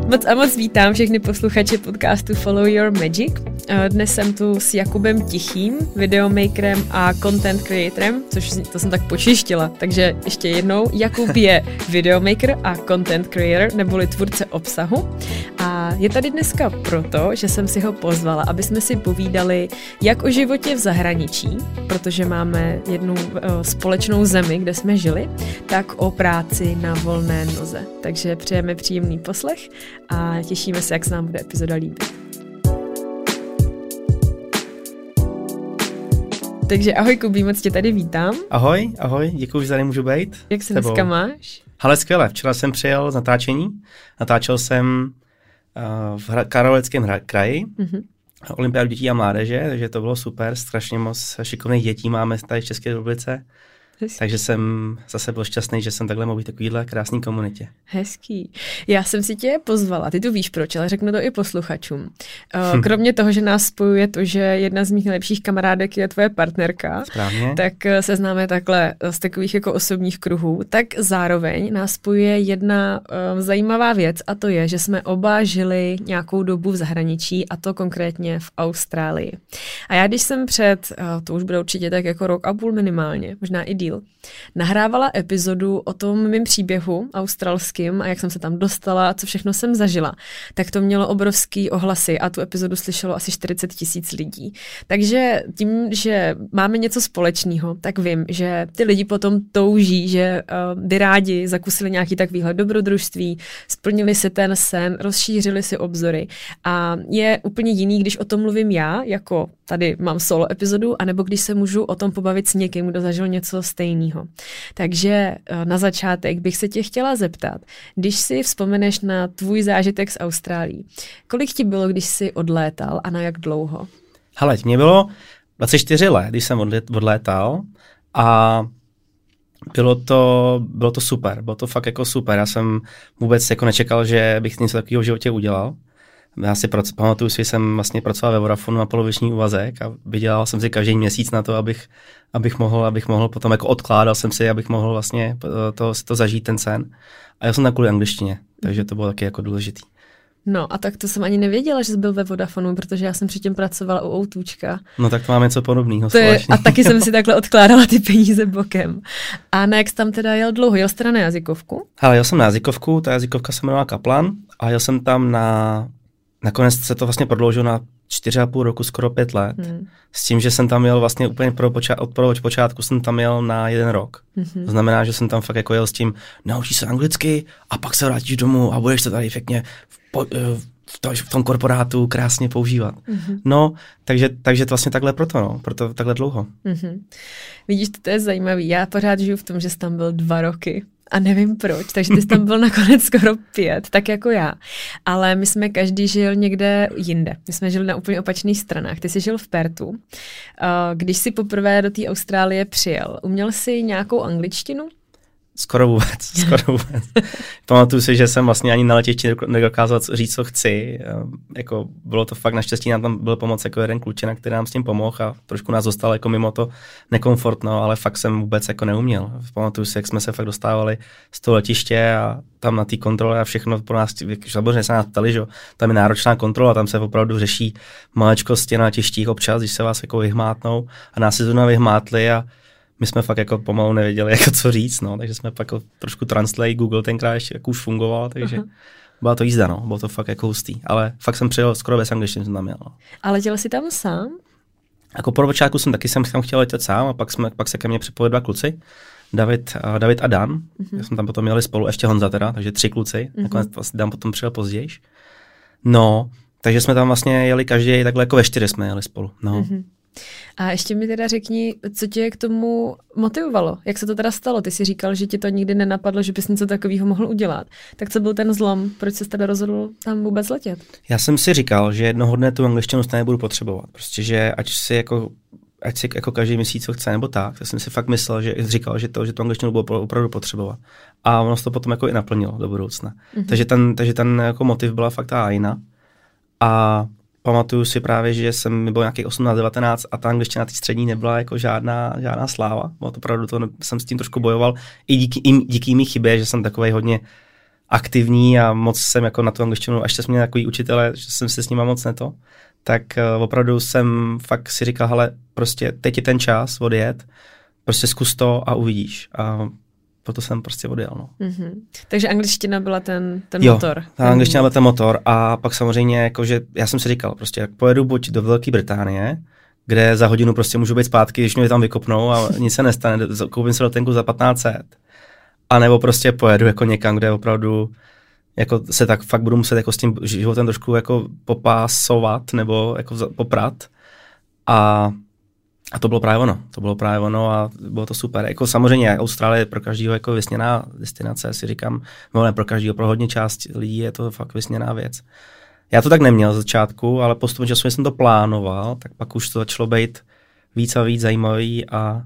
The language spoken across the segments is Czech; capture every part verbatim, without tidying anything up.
Moc a moc vítám všechny posluchače podcastu Follow Your Magic. Dnes jsem tu s Jakubem Tichým, videomakerem a content creatorem, což to jsem tak počištila. Takže ještě jednou, Jakub je videomaker a content creator, neboli tvůrce obsahu. A je tady dneska proto, že jsem si ho pozvala, aby jsme si povídali jak o životě v zahraničí, protože máme jednu o, společnou zemi, kde jsme žili, tak o práci na volné noze. Takže přejeme příjemný poslech a těšíme se, jak se nám bude epizoda líbit. Takže ahoj Kubí, moc tě tady vítám. Ahoj, ahoj, děkuji, že tady můžu být. Jak se dneska máš? Hele, skvěle, včera jsem přijel z natáčení, natáčel jsem uh, v Karlovarském kraji, mm-hmm. olympiádu dětí a mládeže, takže to bylo super, strašně moc šikovných dětí máme tady v České republice. Hezký. Takže jsem zase byl šťastný, že jsem takhle mohl být takovýhle krásný komunitě. Hezký. Já jsem si tě pozvala, ty to víš proč, ale řeknu to i posluchačům. Kromě toho, že nás spojuje to, že jedna z mých nejlepších kamarádek je tvoje partnerka, správně, tak se známe takhle z takových jako osobních kruhů, tak zároveň nás spojuje jedna uh, zajímavá věc a to je, že jsme oba žili nějakou dobu v zahraničí a to konkrétně v Austrálii. A já když jsem před, uh, to už bude určitě tak jako rok a půl minimálně, možná i díl, nahrávala epizodu o tom mým příběhu australským a jak jsem se tam dostala, co všechno jsem zažila, tak to mělo obrovský ohlasy a tu epizodu slyšelo asi čtyřicet tisíc lidí. Takže tím, že máme něco společného, tak vím, že ty lidi potom touží, že uh, by rádi zakusili nějaký takovýhle dobrodružství, splnili si ten sen, rozšířili si obzory a je úplně jiný, když o tom mluvím já, jako tady mám solo epizodu, anebo když se můžu o tom pobavit s někým, kdo zažil něco stejného. Takže na začátek bych se tě chtěla zeptat, když si vzpomeneš na tvůj zážitek z Austrálie, kolik ti bylo, když jsi odlétal a na jak dlouho? Hele, mě bylo dvacet čtyři let, když jsem odlétal a bylo to, bylo to super, bylo to fakt jako super. Já jsem vůbec jako nečekal, že bych něco takového v životě udělal. Já si proc- pamatuju si, že jsem vlastně pracoval ve Vodafonu na poloviční úvazek a vydělal jsem si každý měsíc na to, abych, abych, mohl, abych mohl potom, jako odkládal jsem si, abych mohl vlastně to, to zažít ten sen. A já jsem tam kvůli angličtině, takže to bylo taky jako důležitý. No a tak to jsem ani nevěděla, že jsi byl ve Vodafonu, protože já jsem předtím pracovala u Outůčka. No tak to máme něco podobného. A taky jsem si takhle odkládala ty peníze bokem. A na jak jsi tam teda jel dlouho? Jel jsi teda na jazykovku? Ale jel jsem na jazykovku, ta jazykovka se jmenovala Kaplan a jel jsem tam na... Nakonec se to vlastně prodloužilo na čtyři a půl roku, skoro pět let. Hmm. S tím, že jsem tam jel vlastně úplně pro poča- od pro počátku jsem tam jel na jeden rok. Hmm. To znamená, že jsem tam fakt jako jel s tím, naučíš se anglicky a pak se vrátíš domů a budeš to tady pěkně v, po, v, to, v tom korporátu krásně používat. Hmm. No, takže, takže to vlastně takhle proto, no, proto takhle dlouho. Hmm. Vidíš, to, to je zajímavý. Já pořád žiju v tom, že jsi tam byl dva roky. A nevím proč, takže ty jsi tam byl nakonec skoro pět, tak jako já. Ale my jsme každý žil někde jinde. My jsme žili na úplně opačných stranách. Ty jsi žil v Pertu. Když jsi poprvé do té Austrálie přijel, uměl jsi nějakou angličtinu? Skoro vůbec, skoro vůbec. Pamatuju si, že jsem vlastně ani na letišti nedokázal říct, co chci. Jako bylo to fakt naštěstí, nám tam byl pomoc jako jeden klučina, který nám s tím pomohl a trošku nás dostal jako mimo to nekomfortno, ale fakt jsem vůbec jako neuměl. Pamatuju si, jak jsme se fakt dostávali z toho letiště a tam na té kontrole a všechno pro nás, samozřejmě se nás ptali, že tam je náročná kontrola, tam se opravdu řeší maličkosti na letištích občas, když se vás jako vyhmátnou a nás si zrovna vyhmátli a my jsme fakt jako pomalu nevěděli, jako co říct, no, takže jsme pak jako trošku translate, Google tenkrát ještě jako už fungoval, takže uh-huh. byla to jízda, no, bylo to fakt jako hustý, ale fakt jsem přijel skoro bez angličtiny, jsem tam měl. No. A letěl jsi tam sám? Jako po počátku jsem taky jsem tam chtěl letět sám a pak, jsme, pak se ke mně připojili dva kluci, David, uh, David a Dan, uh-huh. já jsem tam potom měli spolu, ještě Honza teda, takže tři kluci, uh-huh. nakonec vlastně Dan potom přijel později. No, takže jsme tam vlastně jeli každý, takhle jako ve čtyři jsme jeli spolu, no. Uh-huh. A ještě mi teda řekni, co tě k tomu motivovalo? Jak se to teda stalo? Ty jsi říkal, že ti to nikdy nenapadlo, že bys něco takového mohl udělat. Tak co byl ten zlom? Proč jsi teda rozhodl tam vůbec letět? Já jsem si říkal, že jednoho dne tu angličtinu stejně budu potřebovat. Prostě, že ať si jako, ať si jako každý myslí, co chce, nebo tak. Tak jsem si fakt myslel, že říkal, že to, že tu angličtinu budu opravdu potřebovat. A ono se to potom jako i naplnilo do budoucna. Mm-hmm. Takže ten, takže ten jako motiv byla fakt ta Aina. A pamatuju si právě, že jsem mi byl nějakých osmnáct devatenáct a ta angličtina té střední nebyla jako žádná, žádná sláva. Bylo to opravdu, to jsem s tím trošku bojoval. I díky, i díky mý chybě, že jsem takovej hodně aktivní a moc jsem jako na tu angličtinu, až se měl takový učitele, že jsem se s nima moc neto, tak uh, opravdu jsem fakt si říkal, hele, prostě teď je ten čas odjet, prostě zkus to a uvidíš. A proto jsem prostě odjel. No. Mm-hmm. Takže angličtina byla ten, ten jo, motor. Jo, angličtina byl ten motor a pak samozřejmě, jakože já jsem si říkal, prostě jak pojedu buď do Velké Británie, kde za hodinu prostě můžu být zpátky, když mě tam vykopnou a nic se nestane, koupím si letenku za patnáct set. A nebo prostě pojedu jako někam, kde opravdu jako se tak fakt budu muset jako s tím životem trošku jako popásovat nebo jako poprat. A, a to bylo právě ono. To bylo právě ono a bylo to super. Jako samozřejmě Austrálie je pro každého jako vysněná destinace, si říkám, no ne pro každého, pro hodně část lidí je to fakt vysněná věc. Já to tak neměl z začátku, ale postupně času jsem to plánoval, tak pak už to začalo být víc a víc zajímavý a,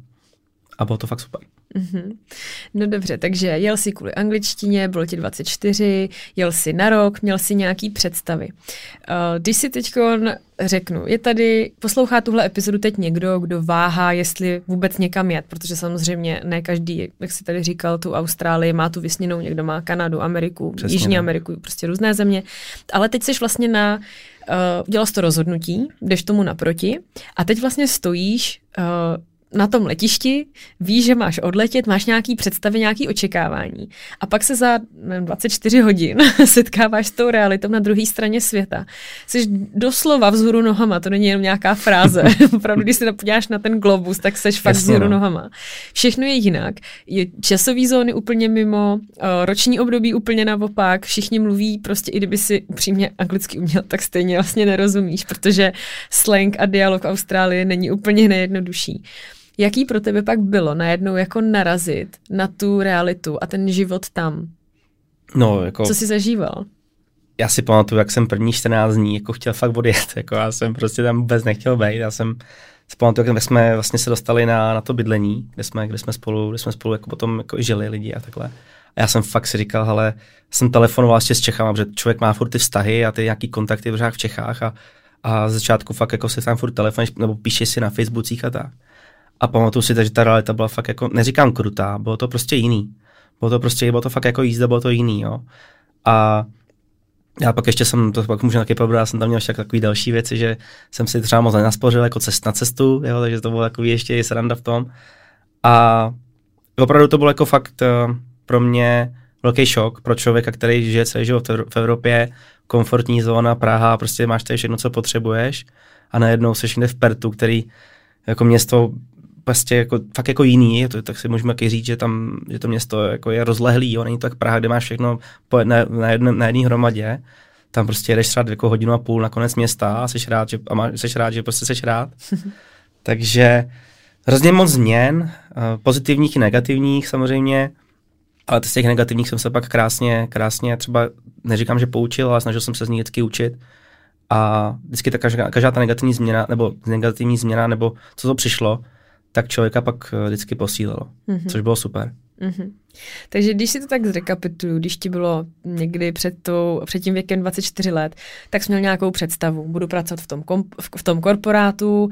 a bylo to fakt super. Mm-hmm. No dobře, takže jel jsi kvůli angličtině, bylo ti dvacet čtyři, jel jsi na rok, měl jsi nějaký představy. Uh, když si teďkon řeknu, je tady, poslouchá tuhle epizodu teď někdo, kdo váhá, jestli vůbec někam jet, protože samozřejmě ne každý, jak jsi tady říkal, tu Austrálii má tu vysněnou, někdo má Kanadu, Ameriku, Přesně, Jižní ne. Ameriku, prostě různé země, ale teď jsi vlastně na, uh, udělal jsi to rozhodnutí, jdeš tomu naproti a teď vlastně stojíš uh, na tom letišti, víš, že máš odletět, máš nějaký představy, nějaký očekávání. A pak se za nevím, dvacet čtyři hodin setkáváš s tou realitou na druhé straně světa. Jsi doslova vzhůru nohama, to není jenom nějaká fráze. Opravdu, když se podíváš na ten globus, tak seš fakt vzhůru nohama. Všechno je jinak. Je časové zóny úplně mimo, roční období úplně naopak, všichni mluví, prostě i kdyby si upřímně anglicky uměl, tak stejně vlastně nerozumíš, protože slang a dialog v Austrálii není úplně nejjednodušší. Jaký pro tebe pak bylo najednou jako narazit na tu realitu a ten život tam? No, jako... Co jsi zažíval? Já si pamatuju, jak jsem první čtrnáct dní jako chtěl fakt odjet. Jako já jsem prostě tam vůbec nechtěl být. Já jsem si pamatuju, jak jsme vlastně se dostali na, na to bydlení, kde jsme, kde jsme spolu, kde jsme spolu jako potom jako žili lidi a takhle. A já jsem fakt si říkal, hele, jsem telefonoval ještě s Čechama, protože člověk má furt ty vztahy a ty nějaký kontakty v Čechách a, a z začátku fakt jako se tam furt telefon, nebo píšeš si na Facebookích a tak. A pamatuju si, že ta realita byla fakt jako, neříkám krutá, bylo to prostě jiný. Bylo to prostě, bylo to fakt jako jízda, bylo to jiný, jo. A já pak ještě jsem, to pak můžu taky probrat, jsem tam měl ještě takový další věci, že jsem si třeba moc nenaspořil jako cest na cestu, jo, takže to bylo takový ještě sranda v tom. A opravdu to bylo jako fakt uh, pro mě velký šok pro člověka, který žije celý život v Evropě, komfortní zóna, Praha, prostě máš tady všechno, co potřebuješ a najednou jsi někde v Pertu, který jako město prostě jako, fakt jako jiný, to, tak si můžeme taky říct, že tam, že to město jako je rozlehlý, jo, není to tak Praha, kde máš všechno po, na, na, jedné, na jedné hromadě, tam prostě jedeš třeba jako hodinu a půl na konec města a jsi rád, že, a máš, jsi rád, že prostě jsi rád. Takže hrozně moc změn, pozitivních i negativních samozřejmě, ale z těch negativních jsem se pak krásně, krásně třeba, neříkám, že poučil, ale snažil jsem se z nich vždycky učit. A vždycky ta každá, každá ta negativní změna, nebo negativní změna, nebo co to přišlo, tak člověka pak vždycky posílilo, mm-hmm. což bylo super. Mm-hmm. Takže když si to tak zrekapituluju, když ti bylo někdy před, tou, před tím věkem dvacet čtyři let, tak jsi měl nějakou představu. Budu pracovat v tom, kom, v tom korporátu,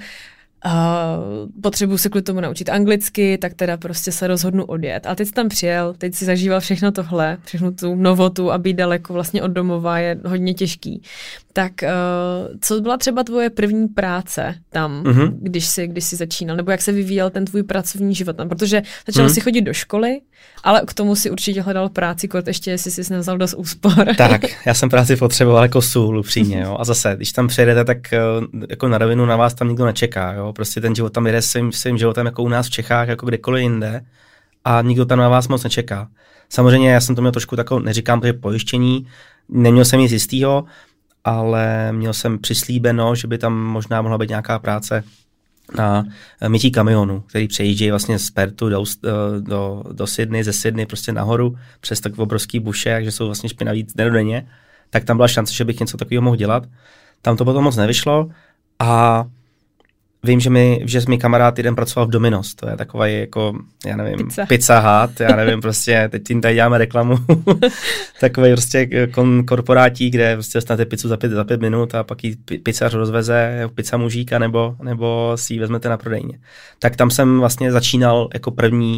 Uh, potřebuji se kvůli tomu naučit anglicky, tak teda prostě se rozhodnu odjet. Ale teď jsi tam přijel, teď si zažíval všechno tohle, všechno tu novotu a být daleko vlastně od domova je hodně těžký. Tak uh, co byla třeba tvoje první práce tam, mm-hmm. když jsi, když jsi začínal, nebo jak se vyvíjel ten tvůj pracovní život tam? Protože začal mm-hmm. si chodit do školy, ale k tomu si určitě hledal práci, kort ještě, jestli jsi nevzal dost úspor. Tak, já jsem práci potřeboval jako sůl, upřímně, jo. A zase, když tam přijedete, tak jako na rovinu na vás tam nikdo nečeká, jo. Prostě ten život tam jede svým, svým životem jako u nás v Čechách, jako kdekoliv jinde a nikdo tam na vás moc nečeká. Samozřejmě já jsem to měl trošku takovou, neříkám to je pojištění, neměl jsem nic jistýho, ale měl jsem přislíbeno, že by tam možná mohla být nějaká práce na mytí kamionů, který přejíždějí vlastně z Pertu do, do, do Sydney, ze Sydney prostě nahoru přes tak obrovský buše, že jsou vlastně špinaví denodenně, tak tam byla šance, že bych něco takového mohl dělat. Tam to potom moc nevyšlo a vím, že mi, že mi kamarád jeden pracoval v Domino's, to je takový jako, já nevím, pizza, pizza Hut, já nevím, prostě teď tím tady děláme reklamu, takový prostě kon, korporátí, kde prostě dostanete pizzu za pět, za pět minut a pak ji pizzař rozveze, pizza mužíka, nebo, nebo si ji vezmete na prodejně. Tak tam jsem vlastně začínal jako první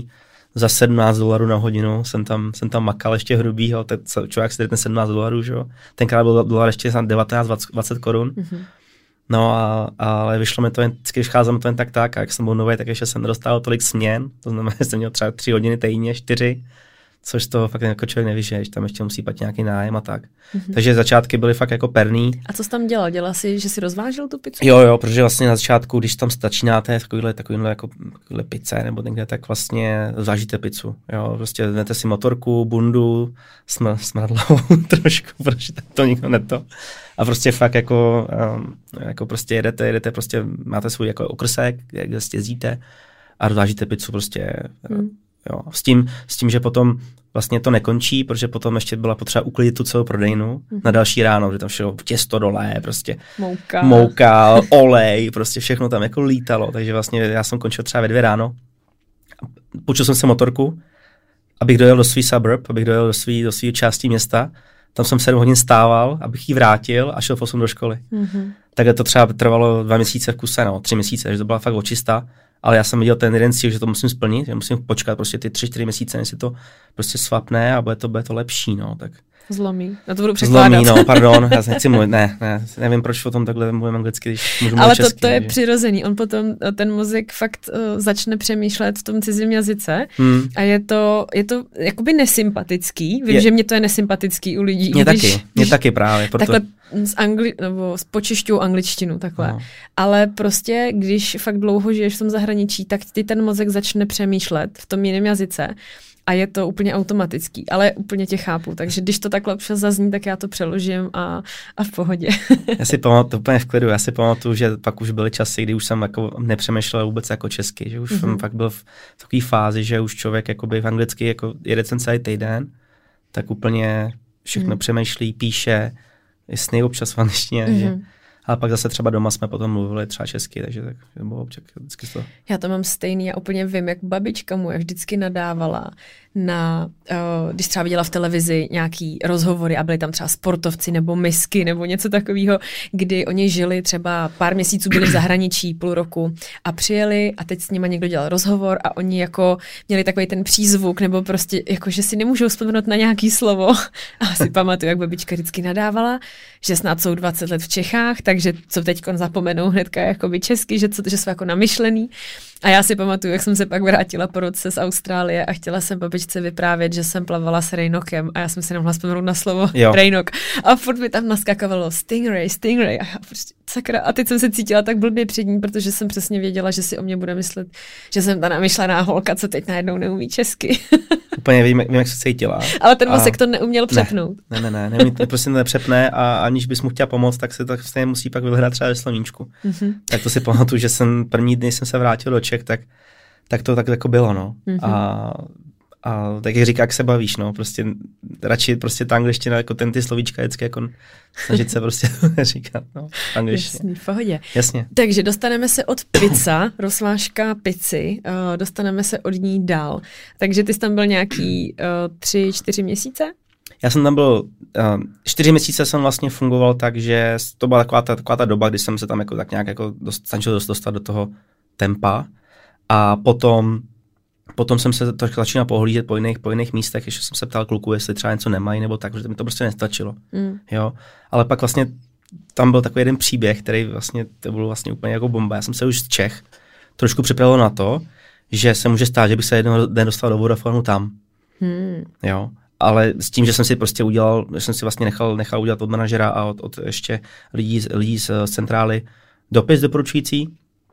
za sedmnáct dolarů na hodinu jsem tam, jsem tam makal ještě hrubýho, tak člověk si jde ten sedmnáct dolarů, že jo. Tenkrát byl dolar ještě za devatenáct dvacet korun. Mm-hmm. No a, ale vyšlo mi to jen, když cházím to jen tak tak, a jak jsem byl nový, tak ještě jsem nedostal tolik směn, to znamená, že jsem měl třeba tři hodiny týdně, čtyři, což to fakt jako člověk nevyžije, že tam ještě musí platit nějaký nájem a tak. Mm-hmm. Takže začátky byly fakt jako perný. A co jsi tam dělal? Dělal jsi, že jsi rozvážel tu pizzu? Jo, jo, protože vlastně na začátku, když tam začínáte takovýhle, takovýhle jako takovýhle pizze nebo někde, tak vlastně zvážíte pizzu. Jo, prostě vezmete si motorku, bundu, smr- smradlavou trošku, protože to nikdo neto. A prostě fakt jako, um, jako prostě jedete, jedete, prostě máte svůj jako okrsek, kde si jezdíte a rozvážíte pizzu prostě. Mm. Jo, s tím, s tím, že potom vlastně to nekončí, protože potom ještě byla potřeba uklidit tu celou prodejnu mm-hmm. na další ráno, že tam šlo těsto dole, prostě mouka. mouka, olej, prostě všechno tam jako lítalo, takže vlastně já jsem končil třeba ve dvě ráno. Půjčil jsem si motorku, abych dojel do svý suburb, abych dojel do svý, do svý části města, tam jsem sedm hodin stával, abych ji vrátil a šel v osm do školy. Mm-hmm. Takže to třeba trvalo dva měsíce v kuse, no, tři měsíce, že to byla fakt očista. Ale já jsem viděl ten jeden cíl, že to musím splnit, že musím počkat prostě ty tři, čtyři měsíce, než si to prostě svapne a bude to, bude to lepší, no, tak. Zlomí. Na to budu překládat. Zlomí, no, pardon, já nechci mluvit, ne, ne, nevím, proč o tom takhle mluvím anglicky, když můžu mluvit ale česky. to, to je že? Přirozený, on potom, ten mozek fakt uh, začne přemýšlet v tom cizím jazyce hmm. a je to, je to jakoby nesympatický, vím, je. že mě to je nesympatický u lidí. Mě když, taky, mě když, taky právě. Proto... Takhle z angli, nebo s počišťou angličtinu, takhle. No. Ale prostě, když fakt dlouho žiješ v tom zahraničí, tak ty ten mozek začne přemýšlet v tom jiném jazyce a je to úplně automatický, ale úplně tě chápu, takže když to takhle občas zazní, tak já to přeložím a, a v pohodě. Já si pamatuju, úplně v klidu, já si pamatuju, že pak už byly časy, kdy už jsem jako nepřemýšlel vůbec jako česky, že už mm-hmm. jsem fakt byl v takové fázi, že už člověk jakoby v anglicky jako jede ten celý týden, tak úplně všechno mm. přemýšlí, píše, je sny občas v angličtině, mm-hmm. že ale pak zase třeba doma jsme potom mluvili třeba česky, takže tak bylo občas vždycky to. Já to mám stejný, já úplně vím, jak babička mu jak vždycky nadávala na, uh, když třeba viděla v televizi nějaký rozhovory a byli tam třeba sportovci nebo misky nebo něco takového, kdy oni žili třeba pár měsíců, byli v zahraničí půl roku a přijeli a teď s nima někdo dělal rozhovor a oni jako měli takový ten přízvuk nebo prostě jako, že si nemůžou vzpomenout na nějaký slovo. A si pamatuju, jak babička vždycky nadávala, že snad jsou dvacet let v Čechách, takže co teď zapomenou hnedka jakoby česky, že, co, že jsou jako namyšlený. A já si pamatuju, jak jsem se pak vrátila po roce z Austrálie a chtěla jsem babičce vyprávět, že jsem plavala s rejnokem a já jsem si nemohla vzpomenout na slovo jo. rejnok. A furt mi tam naskakovalo stingray, stingray a já prostě sakra. A teď jsem se cítila tak blbě před ní, protože jsem přesně věděla, že si o mě bude myslet, že jsem ta namyšlená holka, co teď najednou neumí česky. Úplně vím, vím, jak se cítila. Ale ten mozek to neuměl přepnout. Ne, ne, ne, ne, ne prostě to nepřepne a aniž bys mu chtěla pomoct, tak se tak stejně musí pak vyhledat třeba ve sloníčku. Mm-hmm. Tak to si pamatuju, že jsem první dny jsem se vrátil do Čech, tak, tak to tak jako bylo, no. Mm-hmm. A, a tak jak říká, jak se bavíš, no, prostě radši prostě ta angličtina, jako ten ty slovíčka vždycky jako snažit se prostě říkat, no, angličtině. Jasný, v pohodě. Jasně. Takže dostaneme se od pizza, rozvážka pici, uh, dostaneme se od ní dál. Takže ty jsi tam byl nějaký uh, tři, čtyři měsíce? Já jsem tam byl, uh, čtyři měsíce jsem vlastně fungoval tak, že to byla taková ta, taková ta doba, kdy jsem se tam jako tak nějak jako dost, snažil dostat do toho tempa a potom Potom jsem se trošku začínal pohlížet po jiných, po jiných místech, ještě jsem se ptal kluků, jestli třeba něco nemají nebo tak, protože mi to prostě nestačilo. Mm. Jo? Ale pak vlastně tam byl takový jeden příběh, který vlastně, to bylo vlastně úplně jako bomba. Já jsem se už z Čech trošku připravil na to, že se může stát, že bych se jednoho den dostal do Vodafonu tam. Mm. Jo? Ale s tím, že jsem si prostě udělal, že jsem si vlastně nechal, nechal udělat od manažera a od, od ještě lidí, lidí z, z centrály dopis doporučující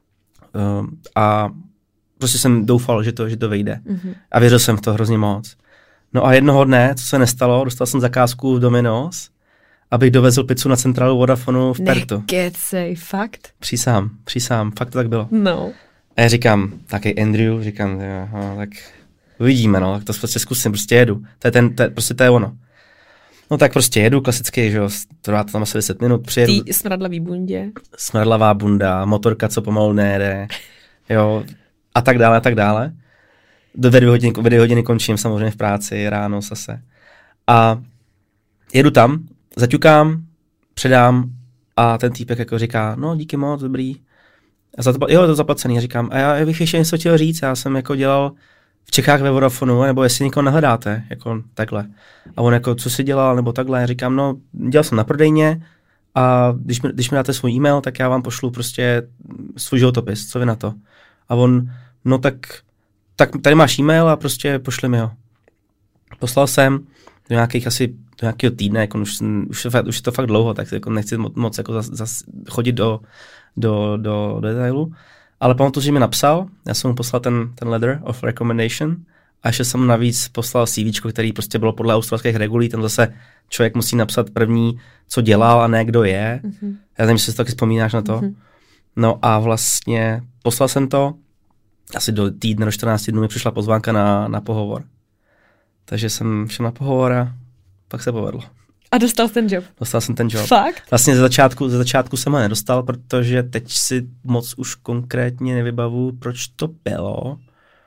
um, a prostě jsem doufal, že to, že to vyjde. Mm-hmm. A věřil jsem v to hrozně moc. No a jednoho dne, co se nestalo, dostal jsem zakázku v Domino's, abych dovezl pizzu na centrálu Vodafonu v Pertu. Nekecej, fakt? Přísám, přísám, fakt to tak bylo. No. A já říkám, taky Andrew, říkám, aha, tak uvidíme, no, tak to prostě zkusím, prostě jedu. To je ten, to je, prostě to je ono. No tak prostě jedu, klasicky, že jo, trvá to tam asi deset minut, přijedu. Ty smradlavý bundě. Smradlavá bunda, motorka, co pomalu nejede, jo, a tak dále, a tak dále. Do dvě hodiny, dvě hodiny končím samozřejmě v práci, ráno zase. A jedu tam, zaťukám, předám a ten týpek jako říká, no díky moc, dobrý. A za to, jo, je to zaplacený. A říkám, a já bych ještě něco chtěl říct, já jsem jako dělal v Čechách ve Vodafonu, nebo jestli někoho nehledáte, jako takhle. A on jako, co jsi dělal, nebo takhle. Já říkám, no, dělal jsem na prodejně a když mi, když mi dáte svůj e-mail, tak já vám pošlu prostě svůj životopis, co vy na to. A on, no tak, tak tady máš e-mail a prostě pošli mi ho. Poslal jsem do nějakých asi, do nějakého týdne, jako už, už, je, už je to fakt dlouho, tak jako nechci moc jako zas, zas chodit do, do, do, do detailu. Ale pamatuju, že mi napsal, já jsem mu poslal ten, ten letter of recommendation a ještě jsem mu navíc poslal CVčko, který prostě bylo podle australských regulí, tam zase člověk musí napsat první, co dělal a ne kdo je. Mm-hmm. Já nevím, jestli si taky vzpomínáš na to. Mm-hmm. No a vlastně poslal jsem to, asi do týdne, do čtrnácti dnů mi přišla pozvánka na, na pohovor. Takže jsem šel na pohovor a pak se povedlo. A dostal ten job? Dostal jsem ten job. Fakt? Vlastně ze začátku, ze začátku jsem ho nedostal, protože teď si moc už konkrétně nevybavu, proč to bylo.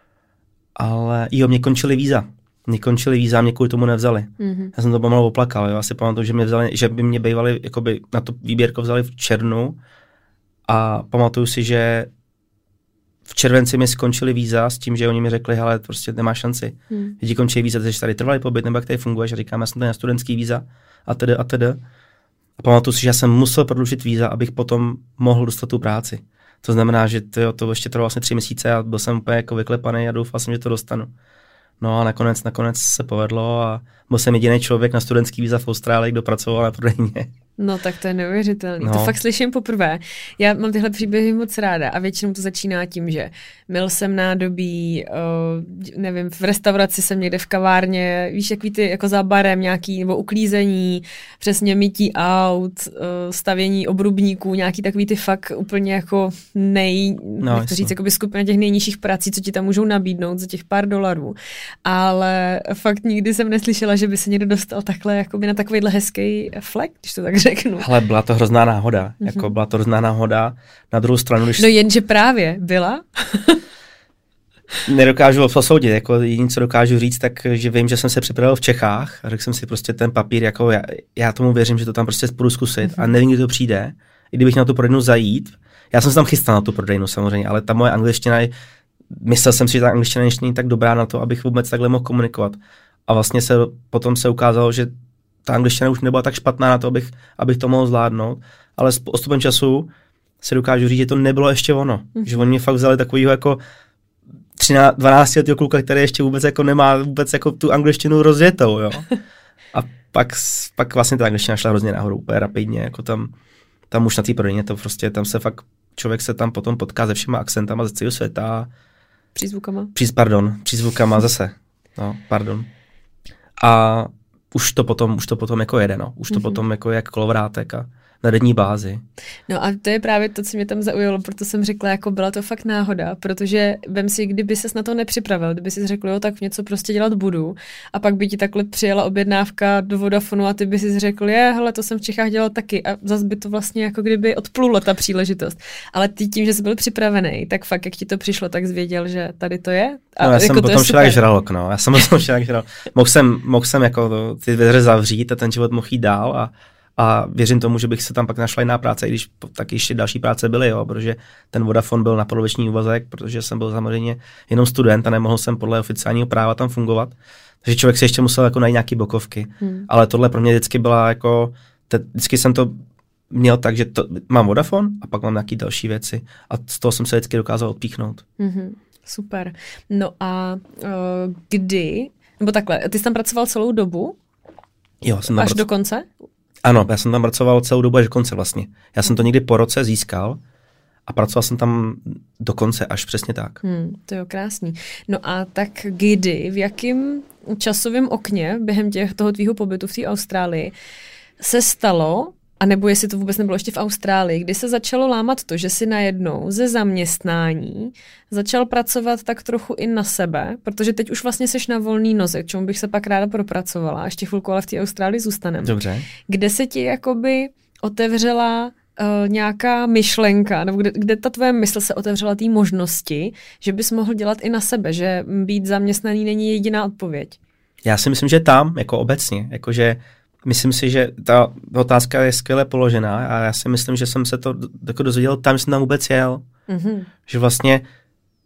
Ale jo, mě končily víza. Mě končily víza a mě kvůli tomu nevzali. Mm-hmm. Já jsem to pomalu oplakal, jo. Asi pamatuju, že, mě vzali, že by mě bývali, jakoby na to výběrko vzali v červnu a pamatuju si, že v červenci mi skončily víza s tím, že oni mi řekli, hele, prostě nemáš šanci. Hmm. Lidi končí víza, že tady trvalý pobyt, nebo jak tady funguješ, a říkám, já jsem tady na studentský víza a tedy a tedy. A pamatuju si, že já jsem musel prodloužit víza, abych potom mohl dostat tu práci. To znamená, že to, to ještě trvalo vlastně tři měsíce a byl jsem úplně jako vyklepaný a doufal jsem, že to dostanu. No a nakonec, nakonec se povedlo a byl jsem jediný člověk na studentský víza v Austrálii, kdo pracoval na prodejně. No tak to je neuvěřitelný. No. To fakt slyším poprvé. Já mám tyhle příběhy moc ráda a většinou to začíná tím, že měl jsem nádobí, uh, nevím, v restauraci jsem někde v kavárně, víš, jaký ty jako za barem nějaký, nebo uklízení, přesně mytí aut, uh, stavění obrubníků, nějaký takový ty fakt úplně jako nej, no, jak to říct, jakoby skupina těch nejnižších prací, co ti tam můžou nabídnout za těch pár dolarů. Ale fakt nikdy jsem neslyšela, že by se někdo dostal takhle jakoby na takovýhle hezký flek, když to tak řeknu. Ale byla to hrozná náhoda. Mm-hmm. Jako byla to hrozná náhoda. Na druhou stranu, když... No jenže právě byla. Nedokážu posoudit. Jako jediné, co dokážu říct, tak že vím, že jsem se připravil v Čechách a řekl jsem si prostě ten papír, jako já, já tomu věřím, že to tam prostě budu zkusit mm-hmm. a nevím, kdy to přijde. I kdybych na tu prodejnu zajít. Já jsem se tam chystal na tu prodejnu samozřejmě, ale ta moje angličtina, myslel jsem si, že ta angličtina není tak dobrá na to, abych vůbec takhle mohl komunikovat. A vlastně se potom se ukázalo, že ta angličtina už nebyla tak špatná na to, abych, abych to mohl zvládnout, ale s postupem času se dokážu říct, že to nebylo ještě ono. Mm. Že oni mě fakt vzali takovýho jako třináct, dvanáctiletého kluka, který ještě vůbec jako nemá vůbec jako tu angličtinu rozjetou, jo. A pak, pak vlastně ta angličtina šla hrozně nahoru, úplně rapidně, jako tam, tam už na té prodejně to prostě, tam se fakt, člověk se tam potom potká se všema akcentama ze celého světa. Přízvukama. Příz, pardon, přízvukama zase, no, pardon. A už to potom, už to potom jako jede, no. Už to mm-hmm. potom jako jak kolovrátek a na denní bázi. No a to je právě to, co mě tam zaujalo, proto jsem řekla, jako byla to fakt náhoda, protože vem si, kdyby ses na to nepřipravil, kdyby si řekl, jo, tak něco prostě dělat budu a pak by ti takhle přijela objednávka do Vodafonu a ty by si řekl, je, hele, to jsem v Čechách dělal taky a zase by to vlastně jako kdyby odplula ta příležitost. Ale ty tím, že jsi byl připravený, tak fakt, jak ti to přišlo, tak jsi věděl, že tady to je. A no, já jako jsem potom šel jak žralok, no. Já jsem potom šel jak žralok. Mohl jsem, mohl jsem jako to, ty dveře zavřít a ten život mohl jít dál a A věřím tomu, že bych se tam pak našla jiná práce, i když taky ještě další práce byly, jo, protože ten Vodafone byl na poloviční úvazek, protože jsem byl samozřejmě jenom student a nemohl jsem podle oficiálního práva tam fungovat. Takže člověk si ještě musel jako najít nějaký bokovky. Hmm. Ale tohle pro mě vždycky byla jako, te, vždycky jsem to měl tak, že to, mám Vodafone a pak mám nějaký další věci. A z toho jsem se vždycky dokázal odpíchnout. Hmm, super. No a uh, kdy, nebo takhle, ty jsi tam pracoval celou dobu? Jo, jsem tam Až prac... do konce? Ano, já jsem tam pracoval celou dobu až do konce vlastně. Já jsem to někdy po roce získal a pracoval jsem tam do konce, až přesně tak. Hmm, to je krásný. No a tak kdy, v jakém časovém okně během těch, toho tvýho pobytu v té Austrálii se stalo, a nebo jestli to vůbec nebylo ještě v Austrálii, kdy se začalo lámat to, že si najednou ze zaměstnání začal pracovat tak trochu i na sebe, protože teď už vlastně seš na volný noze, k čemu bych se pak ráda propracovala, ještě chvilku ale v té Austrálii zůstaneme. Dobře. Kde se ti jakoby otevřela uh, nějaká myšlenka, nebo kde, kde ta tvoje mysl se otevřela té možnosti, že bys mohl dělat i na sebe, že být zaměstnaný není jediná odpověď? Já si myslím, že tam, jako obecně, jakože myslím si, že ta otázka je skvěle položená a já si myslím, že jsem se to jako dozvěděl tam, že jsem tam vůbec jel. Mm-hmm. Že vlastně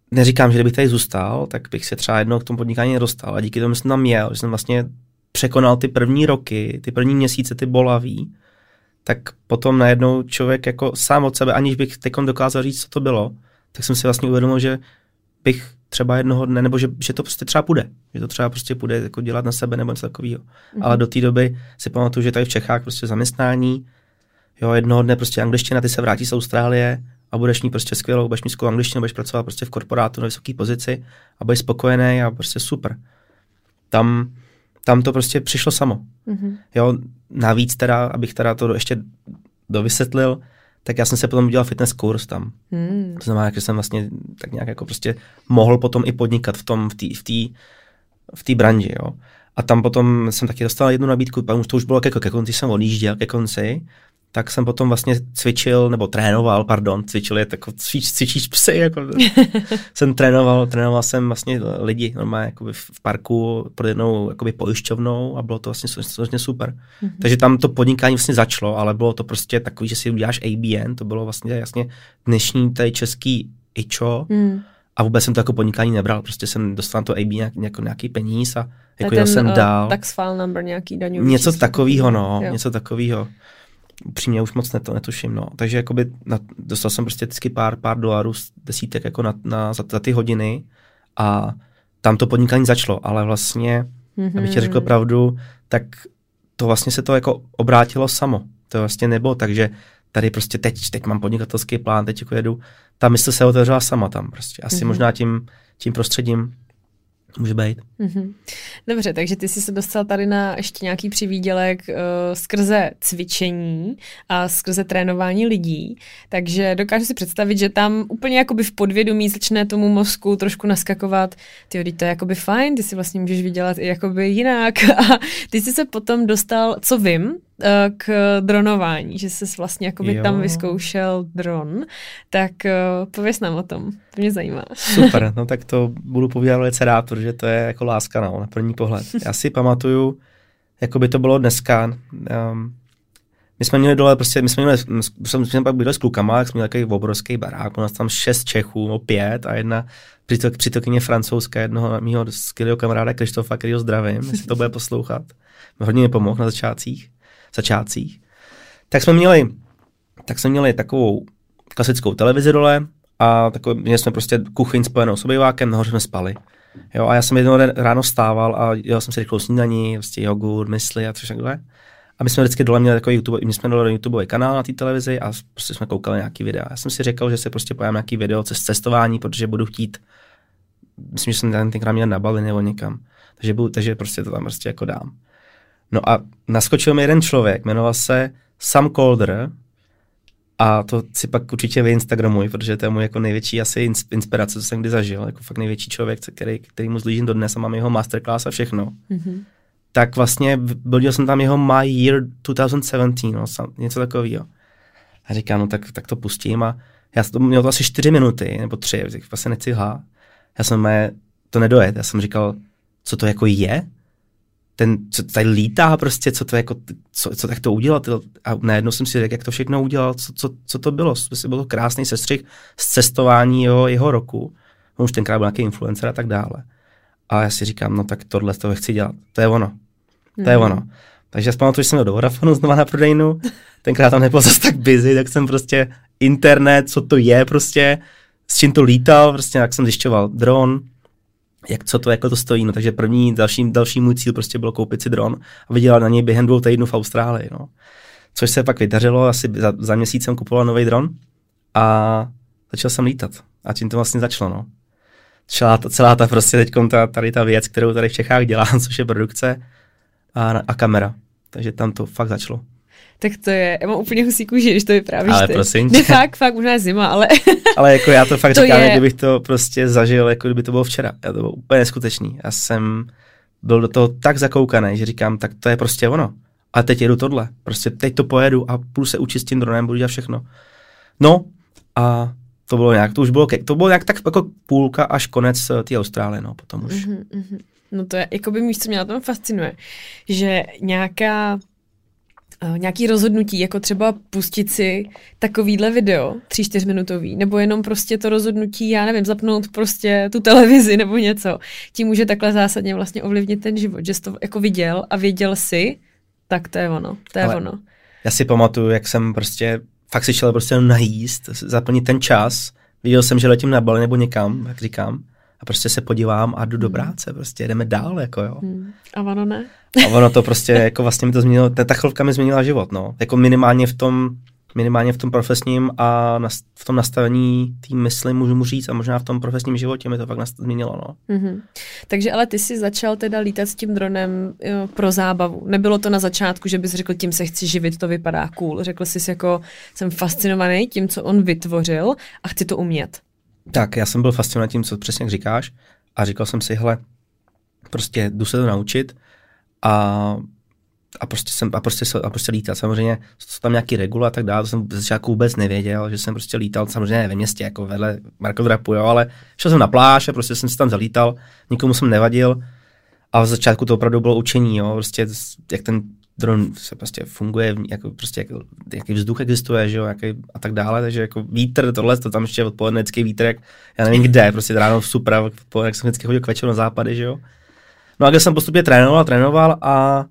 neříkám, že kdybych tady zůstal, tak bych se třeba jednou k tomu podnikání nedostal. A díky tomu jsem tam měl, že jsem vlastně překonal ty první roky, ty první měsíce, ty bolaví, tak potom najednou člověk jako sám od sebe, aniž bych teďkom dokázal říct, co to bylo, tak jsem si vlastně uvědomil, že bych třeba jednoho dne, nebo že, že to prostě třeba půjde. Že to třeba prostě půjde jako dělat na sebe nebo něco takového. Mm-hmm. Ale do té doby si pamatuju, že tady v Čechách prostě zaměstnání, jo, jednoho dne prostě angličtina, ty se vrátíš z Austrálie a budeš mít prostě skvělou, budeš mít skvělou angličtinu, budeš pracovat prostě v korporátu na vysoké pozici a budeš spokojený a prostě super. Tam, tam to prostě přišlo samo. Mm-hmm. Jo, navíc teda, abych teda to ještě dovysvětlil, tak já jsem se potom udělal fitness kurz tam. Hmm. To znamená, že jsem vlastně tak nějak jako prostě mohl potom i podnikat v tom, v té v té v té branži, jo. A tam potom jsem taky dostal jednu nabídku, to už bylo ke, ke konci, jsem odjížděl ke konci, tak jsem potom vlastně cvičil, nebo trénoval, pardon, cvičil je tako, cvič, cvičíš psy, jako jsem trénoval, trénoval jsem vlastně lidi normálně jakoby v parku pod jednou jakoby pojišťovnou a bylo to vlastně vlastně super. Mm-hmm. Takže tam to podnikání vlastně začalo, ale bylo to prostě takový, že si uděláš A B N, to bylo vlastně jasně dnešní tady český I Č O mm. a vůbec jsem to jako podnikání nebral, prostě jsem dostal to A B N jako nějaký peníz a jako já jsem uh, dál. Tax file number nějaký daňový. Něco takového, no, jo. něco takového. Upřímně už moc neto, netuším, no. Takže jakoby na, dostal jsem prostě vždycky pár, pár dolarů, desítek jako na, na, za, za ty hodiny a tam to podnikání začalo, ale vlastně, mm-hmm. abych ti řekl pravdu, tak to vlastně se to jako obrátilo samo. To vlastně nebylo tak, že tady prostě teď, teď mám podnikatelský plán, teď jako jedu, ta mysl se otevřela sama tam prostě. Asi mm-hmm. možná tím, tím prostředím může být. Mm-hmm. Dobře, takže ty jsi se dostal tady na ještě nějaký přivídělek uh, skrze cvičení a skrze trénování lidí, takže dokážu si představit, že tam úplně jakoby v podvědomí začne tomu mozku trošku naskakovat, tyjo, to je jakoby fajn, ty si vlastně můžeš vydělat i jakoby jinak a ty jsi se potom dostal, co vím, k dronování, že jsi vlastně jakoby tam vyzkoušel dron, tak uh, pověz nám o tom, to mě zajímá. Super, no tak to budu povídat velice rád, protože to je jako láska, no, na první pohled. Já si pamatuju, jako by to bylo dneska, um, my jsme měli dole, prostě, my jsme měli, my jsme pak byli s klukama, jak jsme měli takový obrovský barák, u nás tam šest Čechů, no pět a jedna přitok, přitokyně francouzská, jednoho mýho skvělého kamaráda Krištofa, kterýho zdravím, jestli to bude poslouchat. Hodně mi pomohl na začátcích. začátcích, tak jsme měli, tak jsme měli takovou klasickou televizi dole a takový, měli jsme prostě kuchyň spojenou s obývákem, nahoře jsme spali. Jo, a já jsem jednou ráno vstával a dělal jsem si rychlou snídaní, prostě jogurt, mysli a třeba takhle. A my jsme vždycky dole měli takový YouTube, my jsme dole YouTubeový kanál na té televizi a prostě jsme koukali nějaký videa. Já jsem si řekl, že se prostě pojím nějaký video z cestování, protože budu chtít, myslím, že jsem ten tenkrát měl na Bali nebo někam, takže, budu, takže prostě to tam prostě jako dám. No a naskočil mi jeden člověk, jmenoval se Sam Calder a to si pak určitě vyinstagramuji, protože to je můj jako největší asi inspirace, co jsem kdy zažil, jako fakt největší člověk, který, který mu zlížím dodnes a mám jeho masterclass a všechno. Mm-hmm. Tak vlastně byl jsem tam jeho My Year dva tisíce sedmnáct, no, něco takového. A říkám, no tak, tak to pustím a já jsem to měl to asi čtyři minuty, nebo tři, vlastně necihla. Já jsem mé, to nedojet, já jsem říkal, co to jako je? Ten, co tady lítá prostě, co to jako, co, co tak to udělat. A najednou jsem si řekl, jak to všechno udělal, co, co, co to bylo. Byl to krásný sestřih z cestování jeho, jeho roku. On už tenkrát byl nějaký influencer a tak dále. A já si říkám, no tak tohle to chci dělat. To je ono. To mm. je ono. Takže já pamatuju, že jsem byl do Vodafonu znova na prodejnu. Tenkrát tam nebylo zase tak busy, tak jsem prostě internet, co to je prostě, s čím to lítal, prostě jak jsem zjišťoval dron, jak co to jako to stojí, no takže první, další, další můj cíl prostě bylo koupit si dron a vydělat na něj během dvou týdnů v Austrálii, no. Což se pak vydařilo, asi za, za měsíc jsem kupoval nový dron a začal jsem lítat a tím to vlastně začalo, no. Celá ta, celá ta prostě teďkom ta, tady ta věc, kterou tady v Čechách dělám, což je produkce a, a kamera, takže tam to fakt začalo. Tak to je, já mám úplně husí kůži, když to vyprávíš ale ty. Prosím. Ne, fakt, fakt, možná je zima, ale... ale jako já to fakt to říkám, je... kdybych to prostě zažil, jako kdyby to bylo včera. Já to bylo úplně neskutečný. Já jsem byl do toho tak zakoukaný, že říkám, tak to je prostě ono. A teď jedu tohle. Prostě teď to pojedu a půjdu se učit s tím dronem, budu dělat všechno. No a to bylo nějak, to už bylo, to bylo nějak tak jako půlka až konec té Austrálie, no potom už. Mm-hmm, mm-hmm. No to je, jako by víš, co mě na tom fascinuje, že nějaká uh, nějaký rozhodnutí, jako třeba pustit si takovýhle video, tři, čtyřminutový, nebo jenom prostě to rozhodnutí, já nevím, zapnout prostě tu televizi nebo něco, tím může takhle zásadně vlastně ovlivnit ten život, že jsi to jako viděl a věděl si, tak to je ono, to je Ale ono. Já si pamatuju, jak jsem prostě fakt si šel prostě najíst, zaplnit ten čas, viděl jsem, že letím na Bali nebo někam, jak říkám, a prostě se podívám a jdu do práce, prostě jdeme dál, jako jo. Hmm. A ono ne. A ono to prostě, jako vlastně mi to změnilo, ta chvilka mi změnila život, no. Jako minimálně v tom, minimálně v tom profesním a na, v tom nastavení té mysli můžu mu říct a možná v tom profesním životě mi to fakt změnilo, no. Mm-hmm. Takže ale ty jsi začal teda lítat s tím dronem jo, pro zábavu. Nebylo to na začátku, že bys řekl, tím se chci živit, to vypadá cool. Řekl jsi jako, jsem fascinovaný tím, co on vytvořil a chci to umět. Tak, já jsem byl fascinovaný tím, co přesně jak říkáš a říkal jsem si, hele, prostě jdu se to naučit a A prostě jsem a prostě, a prostě lítat. Samozřejmě jsou tam nějaký regula a tak dále, to jsem ze začátku vůbec nevěděl, že jsem prostě lítal samozřejmě ve městě, jako vedle Markodrapu, jo, ale šel jsem na pláž a prostě jsem se tam zalítal, nikomu jsem nevadil a v začátku to opravdu bylo učení, jo, prostě jak ten dron se prostě funguje, jako prostě jak, jaký vzduch existuje, že jo, jaký, a tak dále, takže jako vítr, tohle, to tam ještě odpoledne vždycky vítr, jak, já nevím kde, prostě ráno super, odpoledne, jak jsem vždycky chodil k večeru na západy, že jo. No a když jsem postupně trénoval, trénoval a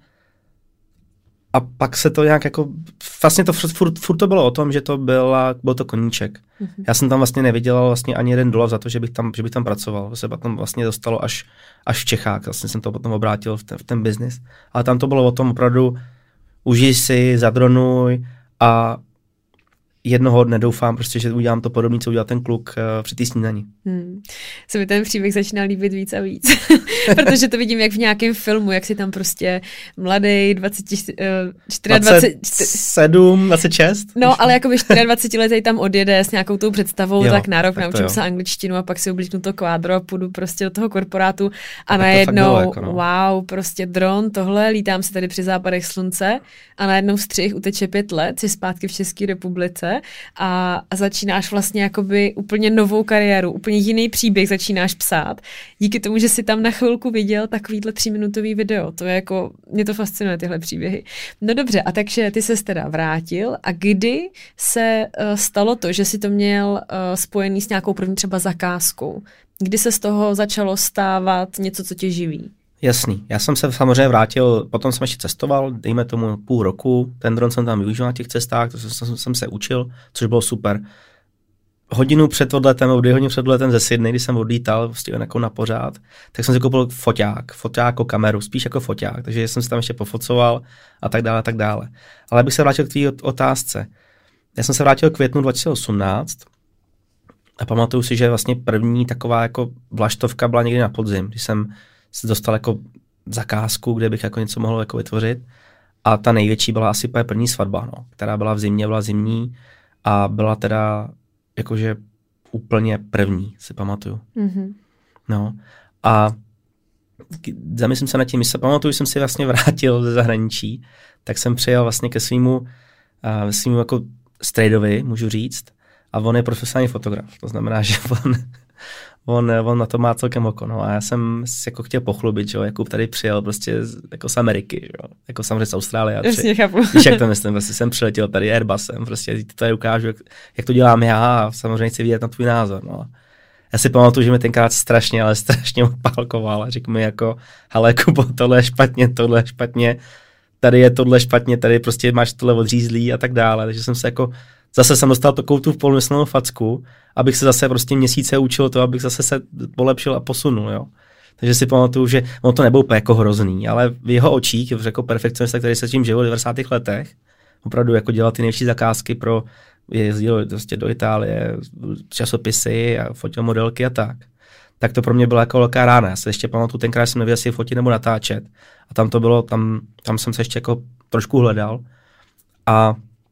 A pak se to nějak jako, vlastně to furt, furt to bylo o tom, že to byla, byl to koníček. Mm-hmm. Já jsem tam vlastně nevydělal vlastně ani jeden dolar za to, že bych tam, že bych tam pracoval. To se potom vlastně dostalo až, až v Čechách. Vlastně jsem to potom obrátil v ten, v ten biznis. Ale tam to bylo o tom opravdu, užij si, zadronuj a jednoho dne doufám prostě, že udělám to podobné, co udělal ten kluk uh, při té snídani. Hmm. Se mi ten příběh začíná líbit víc a víc. Protože to vidím jak v nějakém filmu, jak si tam prostě mladý, dvacet čtyři, dvacet sedm, dvacet šest. No, ale jakoby čtyřicetiletý tam odjede s nějakou tou představou, jo, tak na rok naučím se angličtinu a pak si oblíknu to kvádro a půjdu prostě do toho korporátu a najednou, jako no. wow, prostě dron, tohle, lítám si tady při západech slunce a najednou střih uteče pět let, si zpátky v České republice A, a začínáš vlastně jakoby úplně novou kariéru, úplně jiný příběh začínáš psát. Díky tomu, že jsi tam na chvilku viděl takovýhle tříminutový video. To je jako, mě to fascinuje, tyhle příběhy. No dobře, a takže ty ses teda vrátil a kdy se uh, stalo to, že jsi to měl uh, spojený s nějakou první třeba zakázkou? Kdy se z toho začalo stávat něco, co tě živí? Jasný, já jsem se samozřejmě vrátil, potom jsem ještě cestoval, dejme tomu půl roku, ten dron jsem tam využil na těch cestách, to jsem, jsem se učil, což bylo super. Hodinu před odletem, nebo dvě hodiny před odletem ze Sydney, když jsem odlítal vlastně jako na pořád, tak jsem si koupil foťák, foťák jako kameru, spíš jako foťák, takže jsem se tam ještě pofocoval a tak dále, a tak dále. Ale abych se vrátil k tvý otázce. Já jsem se vrátil v květnu dva tisíce osmnáct a pamatuju si, že vlastně první taková jako vlaštovka byla někdy na podzim, když jsem se dostal jako zakázku, kde bych jako něco mohl jako vytvořit. A ta největší byla asi první svatba, no, která byla v zimě, byla zimní a byla teda jakože úplně první, si pamatuju. Mm-hmm. No a zamyslím se nad tím, když se pamatuju, jsem si vlastně vrátil ze zahraničí, tak jsem přijel vlastně ke svýmu, uh, svýmu jako strejdovi, můžu říct, a on je profesionální fotograf, to znamená, že on On, on na to má celkem oko, no a já jsem si jako chtěl pochlubit, že jo, Jakub tady přijel prostě z, jako z Ameriky, že jo, jako samozřejmě z Austrálie. Jasně, chápu. Víš, jak to myslím, prostě jsem přiletěl tady Airbusem, prostě ti tady ukážu, jak, jak to dělám já a samozřejmě chci vidět na tvůj názor, no. Já si pamatuju, že mi tenkrát strašně, ale strašně opálkoval a řekl mi jako, hele Kubo, tohle je špatně, tohle je špatně, tady je tohle špatně, tady prostě máš tohle odřízlý a tak dále, takže jsem se jako zase jsem dostal takovou tu polomyslnou facku, abych se zase prostě měsíce učil to, abych zase se polepšil a posunul, jo. Takže si pamatuju, že on to nebyl úplně jako hrozný, ale v jeho očích, jako perfekcionista, který se tím živil v devadesátých letech, opravdu jako dělal ty největší zakázky pro, jezdil prostě do Itálie, časopisy a fotil modelky a tak. Tak to pro mě byla jako velká rána. Já se ještě pamatuju, tenkrát jsem nevěděl, jestli fotit nebo natáčet. A tam to bylo, tam, tam jsem se ještě jako trošku hledal. A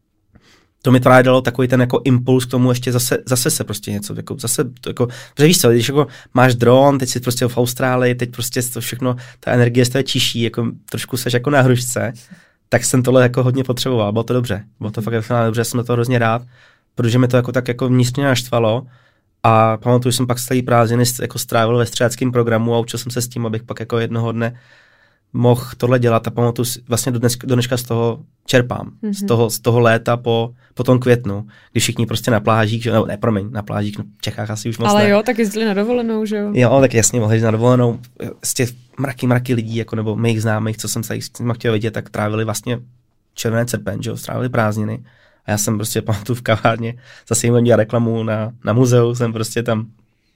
to mi právě dalo takový ten jako impuls k tomu ještě zase, zase se prostě něco, jako zase to jako, protože víš co, když jako máš dron, teď jsi prostě v Austrálii, teď prostě to všechno, ta energie z toho čiší, jako trošku seš jako na hrušce, tak jsem tohle jako hodně potřeboval, bylo to dobře, bylo to fakt jako dobře, jsem na to hrozně rád, protože mi to jako tak jako vnitřně naštvalo a pamatuju, že jsem pak celý prázdniny jako strávil ve střeleckém programu a učil jsem se s tím, abych pak jako jednoho dne mohl tohle dělat a pamatuju si, vlastně do, dnes, do dneška z toho čerpám. Mm-hmm. Z, toho, z toho léta po, po tom květnu, když všichni prostě na plážích, že, no, ne, promiň, na plážích, no, v Čechách asi už moc Ale ne. jo, tak jezdili na dovolenou, že jo? Jo, tak jasně, mohli jít na dovolenou. Z těch mraky, mraky lidí, jako, nebo mých známých, co jsem se s nimi chtěl vidět, tak trávili vlastně červené srpen, že jo, strávili prázdniny. A já jsem prostě pamatuju v kavárně, zase jim dělal reklamu na, na muzeu, jsem prostě tam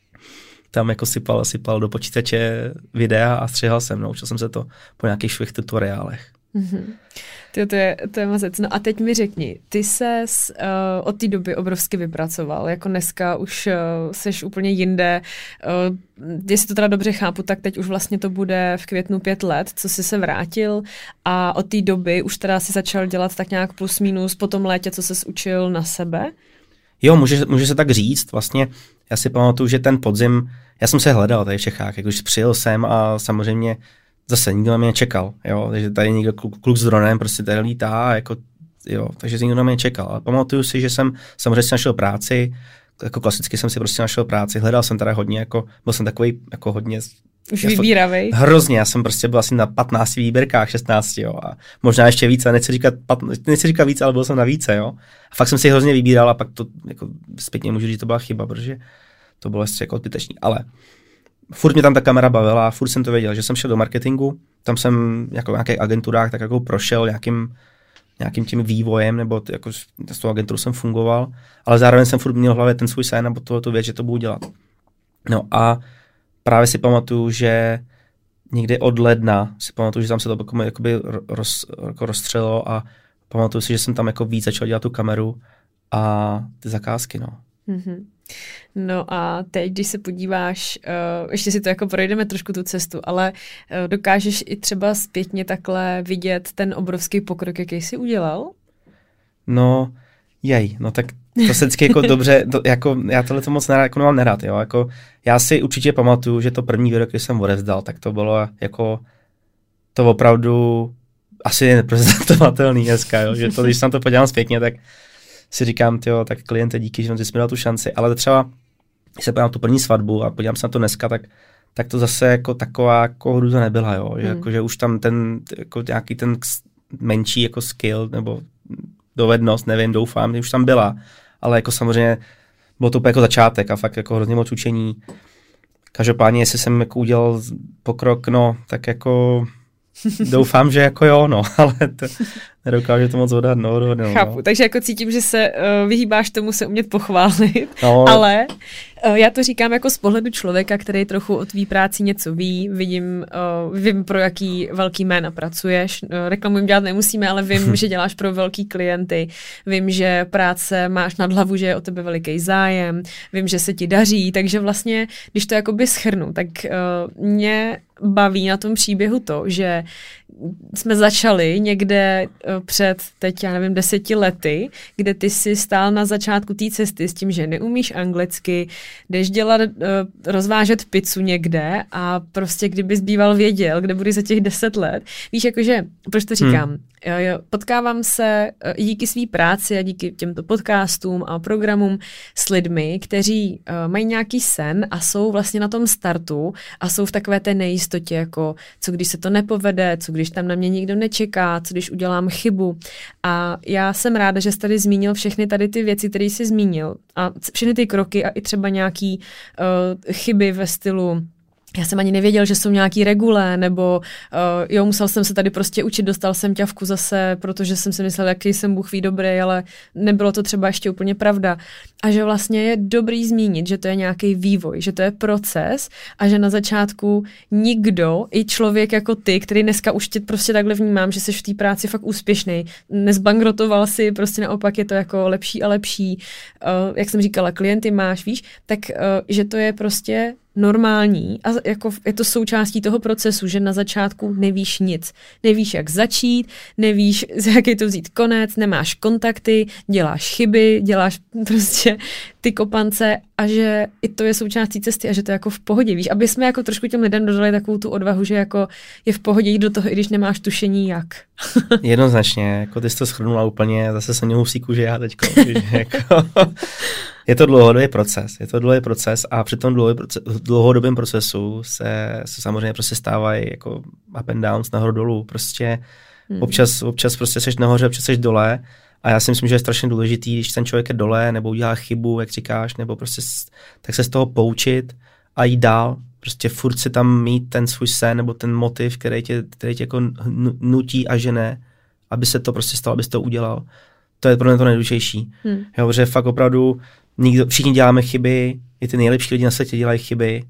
tam jako sypal, sypal do počítače videa a střihal jsem, naučil jsem se to po nějakých svých tutoriálech. Mm-hmm. Ty, to je, to je mazec. No a teď mi řekni, ty ses uh, od té doby obrovsky vypracoval, jako dneska už uh, seš úplně jinde, uh, jestli to teda dobře chápu, tak teď už vlastně to bude v květnu pět let, co jsi se vrátil a od té doby už teda si začal dělat tak nějak plus minus po tom létě, co ses učil na sebe? Jo, může, může se tak říct, vlastně já si pamatuju, že ten podzim, já jsem se hledal tady v Čechách, jak už přijel jsem a samozřejmě zase nikdo na mě nečekal, jo, takže tady někdo kluk, kluk s dronem prostě tady lítá, jako, jo, takže nikdo na mě nečekal. Ale pamatuju si, že jsem samozřejmě si našel práci, jako klasicky jsem si prostě našel práci, hledal jsem teda hodně, jako, byl jsem takový jako hodně už vybíravej. Hrozně, já jsem prostě byl asi na patnácti výběrkách, šestnácti, jo, a možná ještě více, a nechci říkat, nechci říkat více, ale byl jsem na více, jo. A fakt jsem si hrozně vybíral a pak to, jako zpětně můžu říct, to byla chyba, protože to bylo ještě jako odbytečný, ale furt mě tam ta kamera bavila a furt jsem to věděl, že jsem šel do marketingu, tam jsem jako v nějakých agenturách tak jako prošel nějakým, nějakým tím vývojem, nebo t, jako s tou agenturou jsem fungoval, ale zároveň jsem furt měl v hlavě ten svůj sen nebo tohleto věc, že to budu dělat. No a právě si pamatuju, že někdy od ledna si pamatuju, že tam se to jako, jakoby roz, jako rozstřelilo a pamatuju si, že jsem tam jako víc začal dělat tu kameru a ty zakázky, no. Mm-hmm. No a teď, když se podíváš, uh, ještě si to jako projdeme trošku tu cestu, ale uh, dokážeš i třeba zpětně takhle vidět ten obrovský pokrok, jaký jsi udělal? No, jej, no tak to se vždycky jako dobře, to, jako já tohle to moc nerad, jako nemám nerad, jo, jako já si určitě pamatuju, že to první video, který jsem odevzdal, tak to bylo jako, to opravdu asi je neprezentovatelný dneska, jo, že to, když se na to podívám zpětně, tak si říkám, tyjo, tak kliente, díky, že jsi mi dal tu šanci, ale třeba, když se podívám na tu první svatbu a podívám se na to dneska, tak, tak to zase jako taková jako hruza nebyla, jo, že, hmm. jako, že už tam ten, jako nějaký ten menší jako skill, nebo dovednost, nevím, doufám, už tam byla, ale jako samozřejmě bylo to úplně jako začátek a fakt jako hrozně moc učení. Každopádně, jestli jsem jako udělal pokrok, no, tak jako doufám, že jako jo, no, ale to nedokážu to moc odhadnout. No, no. Chápu, takže jako cítím, že se uh, vyhýbáš tomu se umět pochválit, no, ale uh, já to říkám jako z pohledu člověka, který trochu o tvý práci něco ví, vidím, uh, vím, pro jaký velký jména pracuješ, uh, reklamu jim dělat nemusíme, ale vím, že děláš pro velký klienty, vím, že práce máš nad hlavu, že je o tebe veliký zájem, vím, že se ti daří, takže vlastně, když to jakoby shrnu, tak uh, mě baví na tom příběhu to, že jsme začali někde před, teď já nevím, deseti lety, kde ty jsi stál na začátku té cesty s tím, že neumíš anglicky, jdeš dělat, rozvážet pizzu někde a prostě kdybys býval věděl, kde budeš za těch deset let. Víš, jakože, proč to říkám? Hmm. Jo, jo, potkávám se i díky své práci a díky těmto podcastům a programům s lidmi, kteří uh, mají nějaký sen a jsou vlastně na tom startu a jsou v takové té nejistotě, jako co když se to nepovede, co když tam na mě nikdo nečeká, co když udělám chybu. A já jsem ráda, že jsi tady zmínil všechny tady ty věci, které jsi zmínil a všechny ty kroky a i třeba nějaký uh, chyby ve stylu já jsem ani nevěděl, že jsou nějaký regule, nebo uh, jo, musel jsem se tady prostě učit, dostal jsem ťavku zase, protože jsem si myslel, jaký jsem Bůh ví dobrý, ale nebylo to třeba ještě úplně pravda. A že vlastně je dobrý zmínit, že to je nějaký vývoj, že to je proces a že na začátku nikdo, i člověk jako ty, který dneska už tě prostě takhle vnímám, že jsi v té práci fakt úspěšný, nezbankrotoval si, prostě naopak je to jako lepší a lepší. Uh, jak jsem říkala, klienty máš, víš, tak uh, že to je prostě normální a jako je to součástí toho procesu, že na začátku nevíš nic. Nevíš, jak začít, nevíš, z jaký to vzít konec, nemáš kontakty, děláš chyby, děláš prostě ty kopance a že i to je součástí cesty a že to je jako v pohodě, víš, aby jsme jako trošku těm lidem dodali takovou tu odvahu, že jako je v pohodě jít do toho, i když nemáš tušení jak. Jednoznačně, jako ty jsi to shrnula úplně, zase jsem měl husí kůže já teďko, jako je to dlouhodobý proces, je to dlouhodobý proces a při tom dlouhodobém procesu se, se samozřejmě prostě stávají jako up and downs, nahoru dolů, prostě hmm. občas, občas prostě seš nahoře, občas seš dole a já si myslím, že je strašně důležitý, když ten člověk je dole nebo udělá chybu, jak říkáš, nebo prostě tak se z toho poučit a jít dál, prostě furt si tam mít ten svůj sen nebo ten motiv, který tě, který tě jako nutí a žene, aby se to prostě stalo, abys to udělal. To je pro mě to nejdůležitější. Hmm. Jo, protože fakt opravdu nikdo, všichni děláme chyby, i ty nejlepší lidi na světě dělají chyby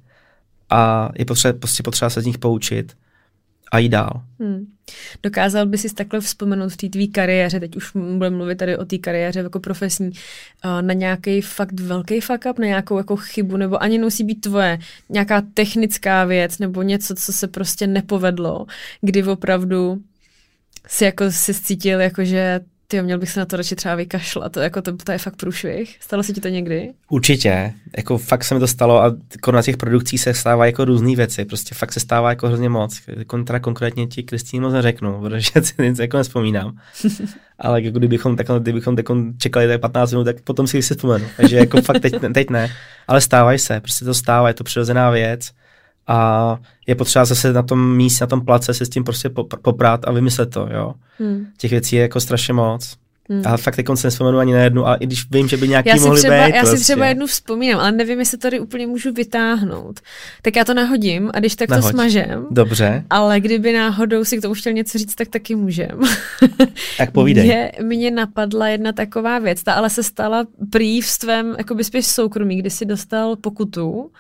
a je potřeba, prostě potřeba se z nich poučit a jít dál. Hmm. Dokázal bys si takhle vzpomenout v té tvý kariéře, teď už budeme mluvit tady o té kariéře jako profesní, na nějaký fakt velký fuck up, na nějakou jako chybu, nebo ani musí být tvoje nějaká technická věc, nebo něco, co se prostě nepovedlo, kdy opravdu si jako si cítil, jako že tyjo, měl bych se na to radši třeba vykašlat, to, jako to, to je fakt průšvih. Stalo se ti to někdy? Určitě, jako fakt se mi to stalo a na těch produkcích se stává jako různý věci, prostě fakt se stává jako hrozně moc. Teda konkrétně ti Kristýně moc neřeknu, protože si nic jako nespomínám. Ale jako kdybychom, takhle, kdybychom čekali tak patnáct minut, tak potom si si vzpomenu. Takže jako fakt teď, teď ne. Ale stávají se, prostě to stává, je to přirozená věc. A je potřeba zase na tom místě, na tom place se s tím prostě poprát a vymyslet to, jo. Hmm. Těch věcí je jako strašně moc. Hmm. A fakt teď se nespomenu ani na jednu, a i když vím, že by nějaký mohli třeba, být. Já prostě. si třeba jednu vzpomínám, ale nevím, jestli tady úplně můžu vytáhnout. Tak já to nahodím a když tak Nahoď. To smažem. Dobře. Ale kdyby náhodou si k tomu chtěl něco říct, tak taky můžem. Tak povídej. Mě, mě napadla jedna taková věc, ta ale se stala prý v tvém jakoby spíš soukromí, kdy jsi dostal pokutu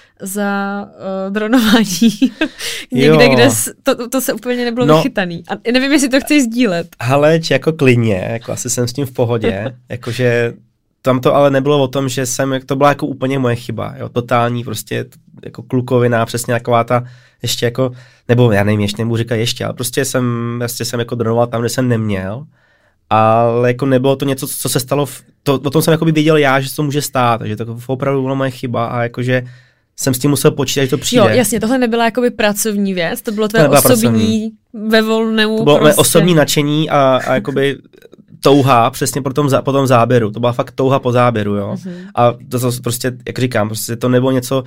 za uh, dronování. Někde, kde to, to se úplně nebylo no, vychytaný. A nevím, jestli to chceš sdílet. Hele, či jako klidně, jako asi jsem s tím v pohodě, jakože tam to ale nebylo o tom, že jsem, to byla jako úplně moje chyba, jo, totální prostě jako klukovina, přesně taková ta ještě jako, nebo já nevím, ještě nebudu říkat ještě, ale prostě jsem, prostě jsem jako dronoval tam, kde jsem neměl, ale jako nebylo to něco, co se stalo, v, to, o tom jsem jako by věděl já, že to může stát, takže to opravdu byla moje chyba a jakože jsem s tím musel počítat, že to přijde. Jo, jasně, tohle nebyla jakoby pracovní věc, to bylo tvoje osobní, pracovní. Ve volnému. To bylo prostě. osobní nadšení a, a jakoby touha přesně po tom, po tom záběru. To byla fakt touha po záběru, jo. Uh-huh. A to, to prostě, jak říkám, prostě to nebylo něco,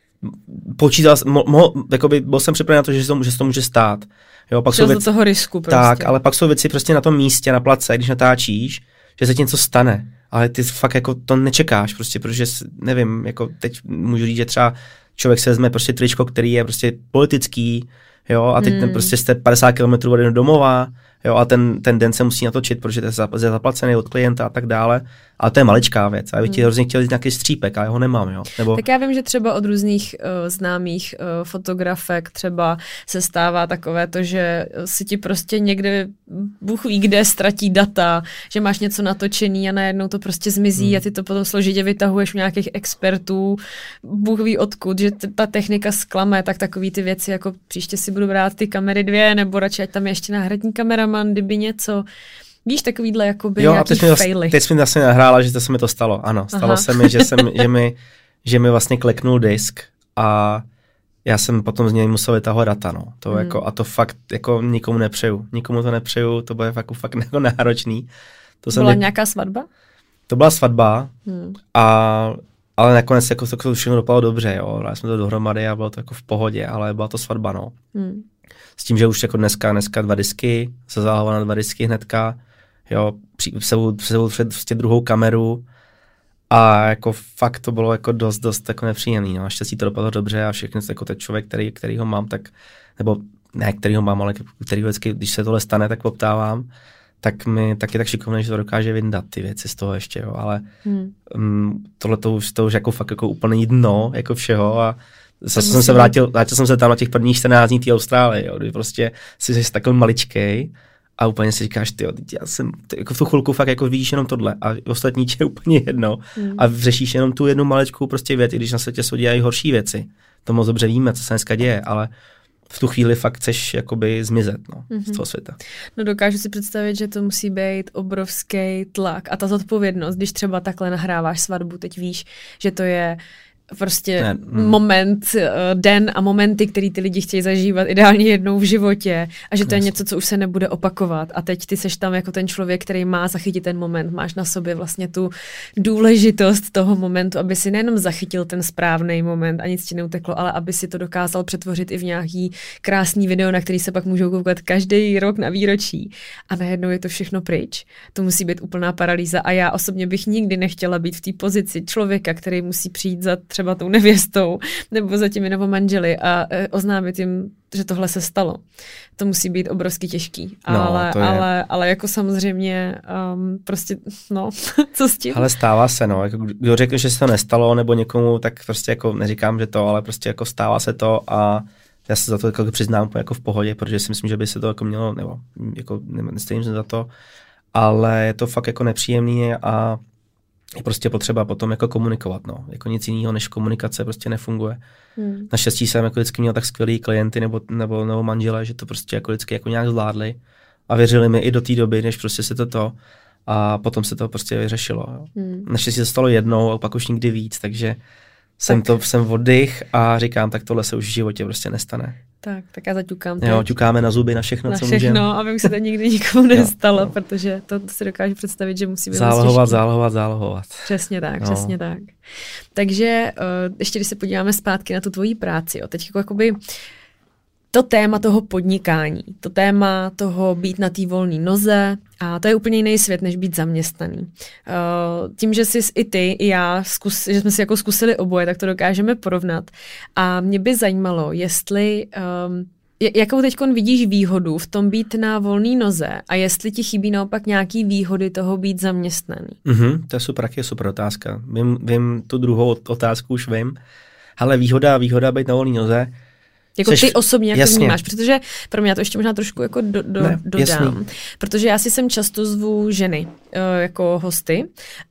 počítal, mo, mo, jakoby byl jsem připraven na to, že se to, že se to může stát. Jo, pak jsou věci, do toho risku prostě. Tak, ale pak jsou věci prostě na tom místě, na place, když natáčíš, že se ti něco stane. Ale ty fakt jako to nečekáš, prostě, protože nevím, jako teď můžu říct, že třeba člověk se vezme prostě tričko, který je prostě politický, jo, a teď hmm. ten prostě jste padesát kilometrů od domova, jo, a ten, ten den se musí natočit, protože to je zaplacený od klienta a tak dále. Ale to je maličká věc. A já bych ti hrozně chtěl jít nějaký střípek, a já ho nemám, jo. Nebo... Tak já vím, že třeba od různých uh, známých uh, fotografek třeba se stává takové to, že si ti prostě někde, Bůh ví kde, ztratí data, že máš něco natočený a najednou to prostě zmizí hmm. a ty to potom složitě vytahuješ u nějakých expertů, Bůh ví odkud, že t- ta technika zklame, tak takový ty věci, jako příště si budu brát ty kamery dvě, nebo radši ať tam je ještě náhradní kameraman, kdyby něco. Víš, takovýhle jakoby jo, nějaký a faily. Teď jsi mi vlastně nahrála, že to se mi to stalo. Ano, stalo Aha. se mi, že, jsem, že, mi, že mi vlastně kleknul disk a já jsem potom z něj musel vytahovat data. No. To hmm. jako, a to fakt jako nikomu nepřeju. Nikomu to nepřeju, to bylo fakt, fakt jako náročný. To byla jsem, nějaká svatba? To byla svatba, hmm. a, ale nakonec jako to, to všechno dopadlo dobře. Jo. Dali jsme to dohromady a bylo to jako v pohodě, ale byla to svatba. No. Hmm. S tím, že už jako dneska, dneska dva disky, se zálovala na dva disky hnedka, jo, sebou před prostě druhou kameru a jako fakt to bylo jako dost, dost jako nepříjemný, no, naštěstí to dopadlo dobře a všechno jako ten člověk, který, který ho mám, tak, nebo ne, který ho mám, ale který vždycky, když se tohle stane, tak poptávám, tak mi tak je tak šikovný, že to dokáže vyndat ty věci z toho ještě, jo, ale hmm. um, tohle to už, to už jako fakt jako úplně dno, jako všeho a zase jsem se vrátil, vrátil jsem se tam na těch prvních čtrnáct dní té Austrálie, jo, kdy prostě si jsi takový maličkej a úplně si říkáš, tyjo, já jsem, ty, jako v tu chvilku fakt jako vidíš jenom tohle a ostatní je úplně jedno hmm. a řešíš jenom tu jednu maličkou prostě věc, i když na světě se dělají horší věci. To moc dobře víme, co se dneska děje, ale v tu chvíli fakt chceš jakoby zmizet, no, mm-hmm. z toho světa. No dokážu si představit, že to musí být obrovský tlak a ta zodpovědnost, když třeba takhle nahráváš svatbu, teď víš, že to je prostě ne, mm. moment, den a momenty, který ty lidi chtějí zažívat ideálně jednou v životě a že to je něco, co už se nebude opakovat a teď ty seš tam jako ten člověk, který má zachytit ten moment, máš na sobě vlastně tu důležitost toho momentu, aby si nejenom zachytil ten správný moment a nic ti neuteklo, ale aby si to dokázal přetvořit i v nějaký krásný video, na který se pak můžou koukat každý rok na výročí a najednou je to všechno pryč. To musí být úplná paralýza a já osobně bych nikdy nechtěla být v té pozici člověka, který musí přijít za třeba tou nevěstou nebo za těmi novomanželi a e, oznámit jim, že tohle se stalo. To musí být obrovsky těžký. No, ale, to je... ale, ale jako samozřejmě um, prostě, no, co s tím? Ale stává se, no. Jako, kdo řekne, že se to nestalo nebo někomu, tak prostě jako neříkám, že to, ale prostě jako stává se to a já se za to jako přiznám jako v pohodě, protože si myslím, že by se to jako mělo, nebo jako nestojím za to, ale je to fakt jako nepříjemný a je prostě potřeba potom jako komunikovat, no. Jako nic jiného než komunikace prostě nefunguje. Hmm. Naštěstí jsem jako vždycky měl tak skvělý klienty nebo, nebo, nebo manžele, že to prostě jako vždycky jako nějak zvládli a věřili mi i do té doby, než prostě se to to a potom se to prostě vyřešilo. Jo. Hmm. Naštěstí se stalo jednou a pak už nikdy víc, takže jsem to jsem oddych a říkám, tak tohle se už v životě prostě nestane. Tak, tak já zaťukám. Jo, ťukáme na zuby, na všechno, na co všechno, můžeme. aby se to nikdy nikomu nestalo, protože to, to si dokážu představit, že musí být zálohovat, zálohovat, zálohovat. Přesně tak, no. přesně tak. Takže uh, ještě když se podíváme zpátky na tu tvoji práci, jo, teď jako jakoby to téma toho podnikání, to téma toho být na té volné noze, a to je úplně jiný svět, než být zaměstnaný. Uh, tím, že jsi i ty, i já, zkus, že jsme si jako zkusili oboje, tak to dokážeme porovnat. A mě by zajímalo, jestli, um, jakou teďkon vidíš výhodu v tom být na volné noze a jestli ti chybí naopak nějaký výhody toho být zaměstnaný. Mm-hmm, to je super, taky je super otázka. Vím, vím tu druhou otázku, už vím. Ale výhoda, výhoda být na volné noze, jako Seš, ty osobně, jak jasně. to vnímáš, protože pro mě já to ještě možná trošku jako do, do, ne, dodám, jasný. Protože já si sem často zvu ženy uh, jako hosty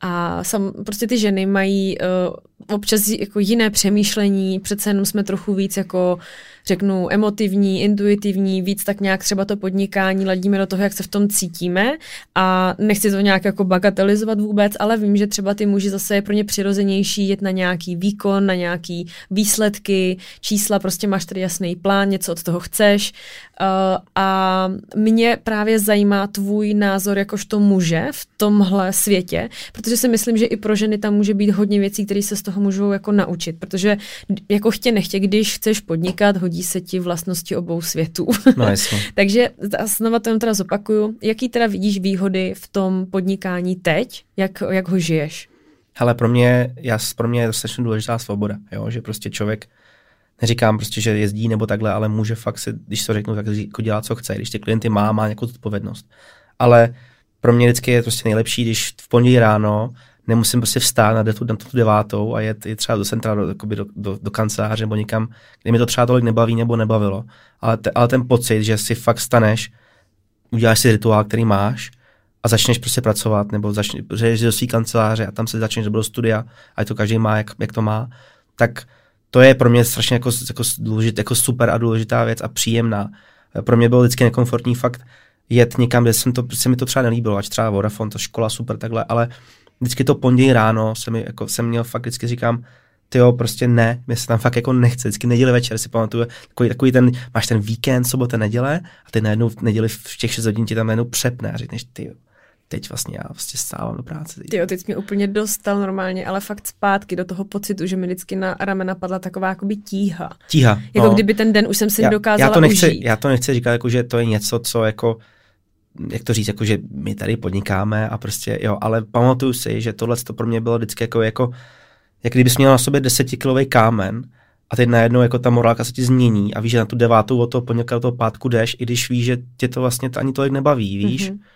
a sam, prostě ty ženy mají uh, občas jako jiné přemýšlení, přece jenom jsme trochu víc jako řeknu emotivní, intuitivní, víc tak nějak třeba to podnikání ladíme do toho, jak se v tom cítíme a nechci to nějak jako bagatelizovat vůbec, ale vím, že třeba ty muži zase je pro ně přirozenější jet na nějaký výkon, na nějaký výsledky, čísla, prostě máš tady jasný plán, něco od toho chceš uh, a mě právě zajímá tvůj názor jakožto muže v tomhle světě, protože si myslím, že i pro ženy tam může být hodně věcí, které se z toho můžou jako naučit, protože jako chtě nechtě, když chceš podnikat, hodí se ti vlastnosti obou světů. No, jasně. Takže znova to jen teda zopakuju. Jaký teda vidíš výhody v tom podnikání teď? Jak, jak ho žiješ? Hele, pro mě, já, pro mě je strašně důležitá svoboda, jo? Že prostě člověk, neříkám prostě, že jezdí nebo takhle, ale může fakt si, když to řeknu, tak jako dělat, co chce. Když ty klienty má, má nějakou odpovědnost. Ale pro mě vždycky je prostě nejlepší, když v pondělí ráno nemusím prostě vstát na tu, na tu devátou a jet třeba do centra, do, do, do, do kanceláře nebo někam, kde mi to třeba tolik nebaví nebo nebavilo. Ale, te, ale ten pocit, že si fakt staneš, uděláš si rituál, který máš a začneš prostě pracovat, nebo začneš, jdeš do svý kanceláře a tam se začneš do studia, a to každý má, jak, jak to má, tak to je pro mě strašně jako, jako, důležit, jako super a důležitá věc a příjemná. Pro mě bylo vždycky nekomfortní fakt jet někam, kde jsem to, se mi to třeba nelíbilo, ať třeba Vodafone, ta škola super takhle, ale vždycky to pondělí ráno jsem, jako, jsem měl fakt, vždycky říkám, tyjo, prostě ne, mě se tam fakt jako nechce, vždycky neděli večer si pamatuju, takový, takový ten, máš ten víkend, sobota, neděle a ty najednou v neděli v těch šest hodin ti tam najednou přepne a řekneš, tyjo, teď vlastně já vlastně stávám do práce. Tyjo, teď jsi mě úplně dostal normálně, ale fakt zpátky do toho pocitu, že mi vždycky na ramena padla taková jakoby tíha. Tíha, Jako no. kdyby ten den už jsem si já, dokázala já to nechci, užít. Já to nechci říkat, jako, že to je něco, co jako jak to říct, jako, že my tady podnikáme a prostě, jo, ale pamatuju si, že tohle to pro mě bylo vždycky jako, jako jak kdybys měl na sobě desetikilový kámen a teď najednou jako ta morálka se ti změní a víš, že na tu devátou od toho pondělka do toho pátku jdeš, i když víš, že tě to vlastně ani tolik nebaví, víš. Mm-hmm.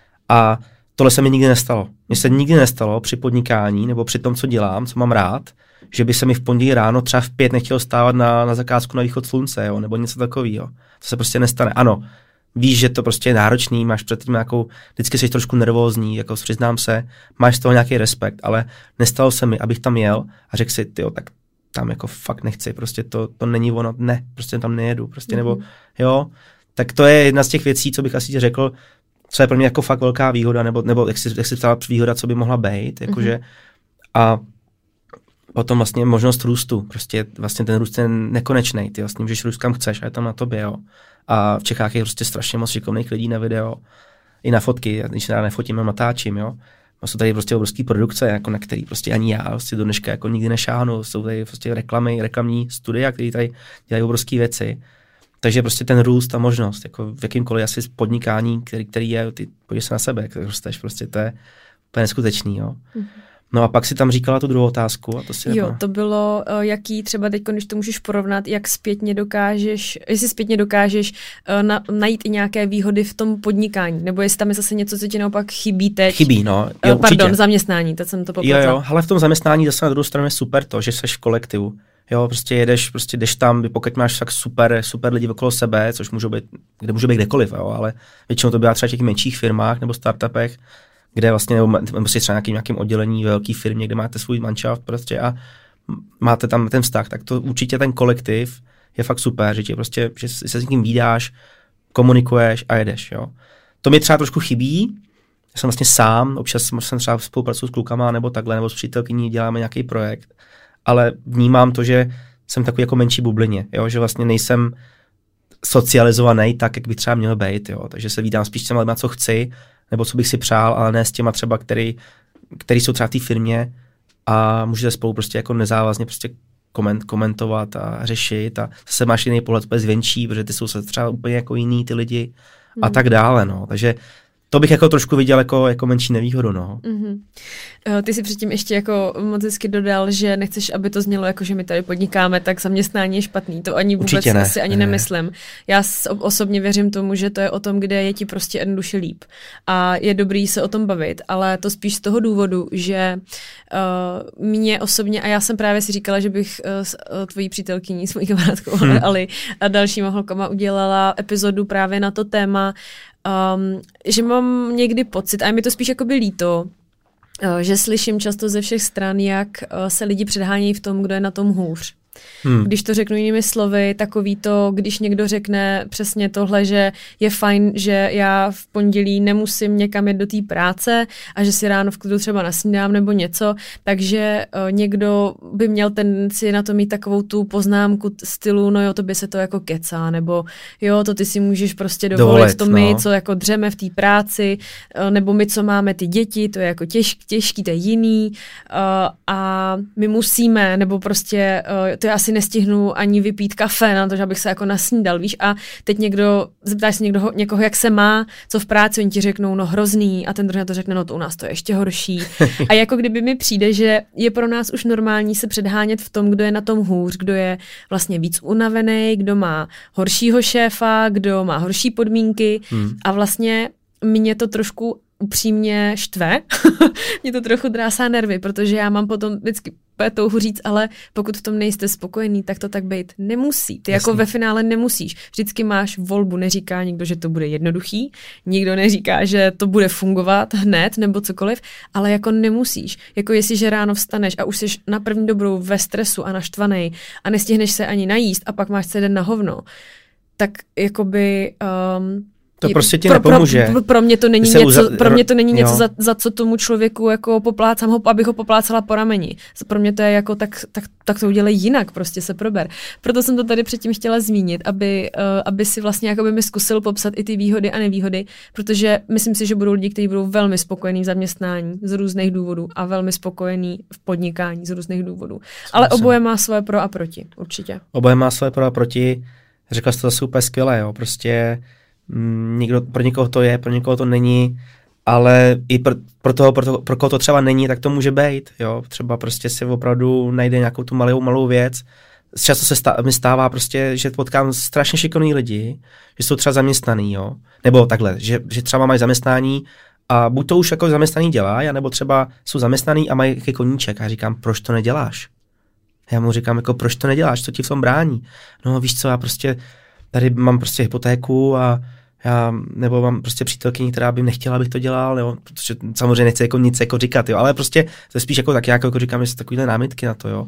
A tohle se mi nikdy nestalo. Mně se nikdy nestalo při podnikání nebo při tom, co dělám, co mám rád, že by se mi v pondělí ráno třeba v pět nechtělo stávat na, na zakázku na východ slunce, jo, nebo něco takového. To se prostě nestane. Ano, víš, že to prostě je náročný, máš před tím nějakou, vždycky jsi trošku nervózní, jako přiznám se, máš z toho nějaký respekt, ale nestalo se mi, abych tam jel a řekl si, tyjo, tak tam jako fakt nechci, prostě to, to není ono, ne, prostě tam nejedu, prostě, mm-hmm. nebo jo, tak to je jedna z těch věcí, co bych asi řekl, co je pro mě jako fakt velká výhoda, nebo, nebo jak si, jak si ptala výhoda, co by mohla být, jakože, mm-hmm. a Potom vlastně možnost růstu, prostě vlastně ten růst je nekonečný, ty vlastně můžeš růst kam chceš a je tam na tobě, jo. A v Čechách je prostě strašně moc šikovných lidí na video, i na fotky, když se rád nefotím a natáčím, jo. A jsou tady prostě obrovský produkce, jako na který prostě ani já prostě do dneška jako nikdy nešáhnu, jsou tady prostě reklamy, reklamní studia, které tady dělají obrovské věci. Takže prostě ten růst a možnost, jako v jakýmkoliv asi podnikání, který, který je, ty podívej se na sebe, jak rosteš, prostě to je úplně neskutečný, jo. Mm. No a pak si tam říkala tu druhou otázku. A to si jo, to bylo, jaký třeba teď, když to můžeš porovnat, jak zpětně dokážeš, jestli zpětně dokážeš na, najít i nějaké výhody v tom podnikání, nebo jestli tam je zase něco, co ti naopak chybí teď. Chybí, no. Jo, Pardon, určitě. Zaměstnání, teď jsem to popletla. Jo, jo, ale v tom zaměstnání zase na druhou stranu je super to, že jsi v kolektivu. Jo, prostě jedeš, prostě jdeš tam, pokud máš tak super, super lidi okolo sebe, což můžou být, kde může být kdekoliv, jo, ale většinou to bývá třeba v těch menších firmách nebo startupech, kde vlastně, nebo, nebo si třeba nějakým, nějakým oddělení ve velké firmě, kde máte svůj manšaft prostě a máte tam ten vztah, tak to určitě ten kolektiv je fakt super, že, tě prostě, že se s někým vídáš, komunikuješ a jedeš. Jo. To mi třeba trošku chybí, já jsem vlastně sám, občas jsem třeba spolupracuji s klukama nebo takhle, nebo s přítelkyní děláme nějaký projekt, ale vnímám to, že jsem takový jako menší bublině, jo, že vlastně nejsem socializovaný tak, jak by třeba měl být, jo, takže se vídám spíš s těma lidma, co chci, nebo co bych si přál, ale ne s těma třeba, který, který jsou třeba v té firmě a můžete spolu prostě jako nezávazně prostě koment, komentovat a řešit a zase máš jiný pohled úplně zvenčí, protože ty jsou se třeba úplně jako jiný ty lidi a mm. tak dále, no, takže to bych jako trošku viděl jako, jako menší nevýhodu, no. Mm-hmm. Ty si předtím ještě jako moc hezky dodal, že nechceš, aby to znělo jako, že my tady podnikáme, tak zaměstnání je špatný. To ani vůbec ne. asi ani ne. nemyslím. Já osobně věřím tomu, že to je o tom, kde je ti prostě jednoduše líp. A je dobrý se o tom bavit, ale to spíš z toho důvodu, že uh, mě osobně, a já jsem právě si říkala, že bych uh, s uh, tvojí přítelkyní, s mojí kamarádkou hmm. Ali a dalšíma holkama udělala epizodu právě na to téma, Um, že mám někdy pocit, a je mi to spíš jakoby líto, uh, že slyším často ze všech stran, jak uh, se lidi předhánějí v tom, kdo je na tom hůř. Hmm. Když to řeknu jinými slovy, takový to, když někdo řekne přesně tohle, že je fajn, že já v pondělí nemusím někam jít do té práce a že si ráno v klidu třeba nasnídám nebo něco, takže uh, někdo by měl tendenci na to mít takovou tu poznámku stylu, no jo, to by se to jako kecá, nebo jo, to ty si můžeš prostě dovolit, dovolit to my, no. co jako dřeme v té práci, uh, nebo my, co máme ty děti, to je jako těž, těžký, to je jiný uh, a my musíme, nebo prostě uh, to já asi nestihnu ani vypít kafe na to, že abych se jako nasnídal, víš, a teď někdo, zeptáš se někdo, někoho, jak se má, co v práci, oni ti řeknou, no hrozný, a ten druhý na to řekne, no to u nás to je ještě horší. A jako kdyby mi přijde, že je pro nás už normální se předhánět v tom, kdo je na tom hůř, kdo je vlastně víc unavený, kdo má horšího šéfa, kdo má horší podmínky hmm. a vlastně mě to trošku upřímně štve, mě to trochu drásá nervy, protože já mám potom vždycky touhu říct, ale pokud v tom nejste spokojený, tak to tak být nemusí. Ty Jasně. jako ve finále nemusíš. Vždycky máš volbu, neříká nikdo, že to bude jednoduchý, nikdo neříká, že to bude fungovat hned nebo cokoliv, ale jako nemusíš. Jako jestliže ráno vstaneš a už jsi na první dobrou ve stresu a naštvanej a nestihneš se ani najíst a pak máš celý den na hovno, tak jakoby um, to prostě ti nepomůže. Pro, pro, pro mě to není něco, uza... pro mě to není něco za, za co tomu člověku jako poplácám ho, abych ho poplácala po rameni. Pro mě to je jako tak, tak, tak to udělej jinak, prostě se prober. Proto jsem to tady předtím chtěla zmínit, aby, uh, aby si vlastně jakoby mi zkusil popsat i ty výhody a nevýhody, protože myslím si, že budou lidi, kteří budou velmi spokojení v zaměstnání z různých důvodů a velmi spokojení v podnikání z různých důvodů. Ale oboje má svoje pro a proti, určitě. Oboje má svoje pro a proti. Řekla jsi to zase úplně skvěle, jo, prostě Někdo, pro někoho to je, pro někoho to není, ale i pro, pro, toho, pro, toho, pro koho to třeba není, tak to může být. Jo? Třeba prostě si opravdu najde nějakou tu malou, malou věc. Často se stá, mi stává prostě, že potkám strašně šikovný lidi, že jsou třeba zaměstnaný, jo? Nebo takhle, že, že třeba mají zaměstnání a buď to už jako zaměstnaný dělá, nebo třeba jsou zaměstnaný a mají jaký koníček. A říkám, proč to neděláš? Já mu říkám, jako proč to neděláš, co ti v tom brání? No víš co, já prostě tady mám prostě hypotéku a já, nebo mám prostě přítelkyni, která by nechtěla, abych to dělal, jo, protože samozřejmě nechci jako nic jako říkat, jo, ale prostě to je spíš jako tak, jako, jako říkám, že jsou takovýhle námitky na to, jo.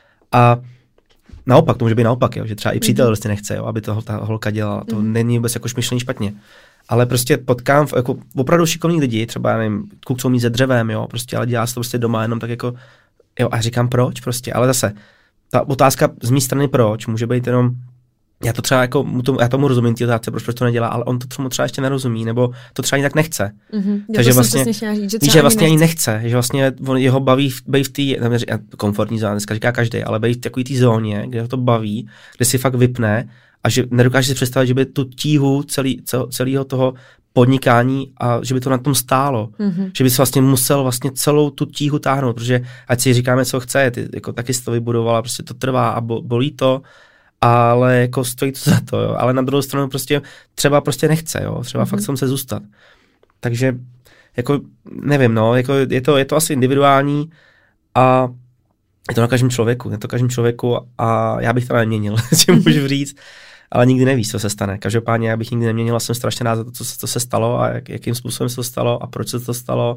A naopak, to může být naopak, jo, že třeba i přítel mm-hmm. prostě nechce, jo, aby to ta holka dělala, to mm-hmm. není vůbec jako myšlení špatně. Ale prostě potkám jako opravdu šikovní lidi, třeba, já nevím, kluk, co umí se dřevem, jo, prostě, ale dělá se to prostě doma jenom tak jako Jo, a říkám proč prostě, ale zase, ta otázka z mé strany proč, může být jenom, já to třeba jako, já tomu rozumím, ty otázce, proč, proč to nedělá, ale on to třeba, třeba ještě nerozumí, nebo to třeba ani tak nechce. Mm-hmm. Takže to vlastně, říct, že, že vlastně ani nechce, že vlastně on, jeho baví být v té komfortní zóně, dneska říká každý, ale být v takový té zóně, kde ho to baví, kde si fakt vypne a že nedokáže si představit, že by tu tíhu celý, cel, celého toho podnikání a že by to na tom stálo. Mm-hmm. Že by se vlastně musel vlastně celou tu tíhu táhnout, protože ať si říkáme, co chce, ty jako taky si to vybudovala, prostě to trvá a bolí to, ale jako stojí to za to, jo. Ale na druhou stranu prostě třeba prostě nechce, jo. Třeba mm-hmm. fakt se zůstat. Takže jako nevím, no, jako je to, je to asi individuální a je to na každém člověku, je to každém člověku a já bych to neměnil, si můžu říct. Ale nikdy nevíš, co se stane. Každopádně já bych nikdy neměnil, jsem strašně rád za to, co, co se stalo a jak, jakým způsobem se to stalo a proč se to stalo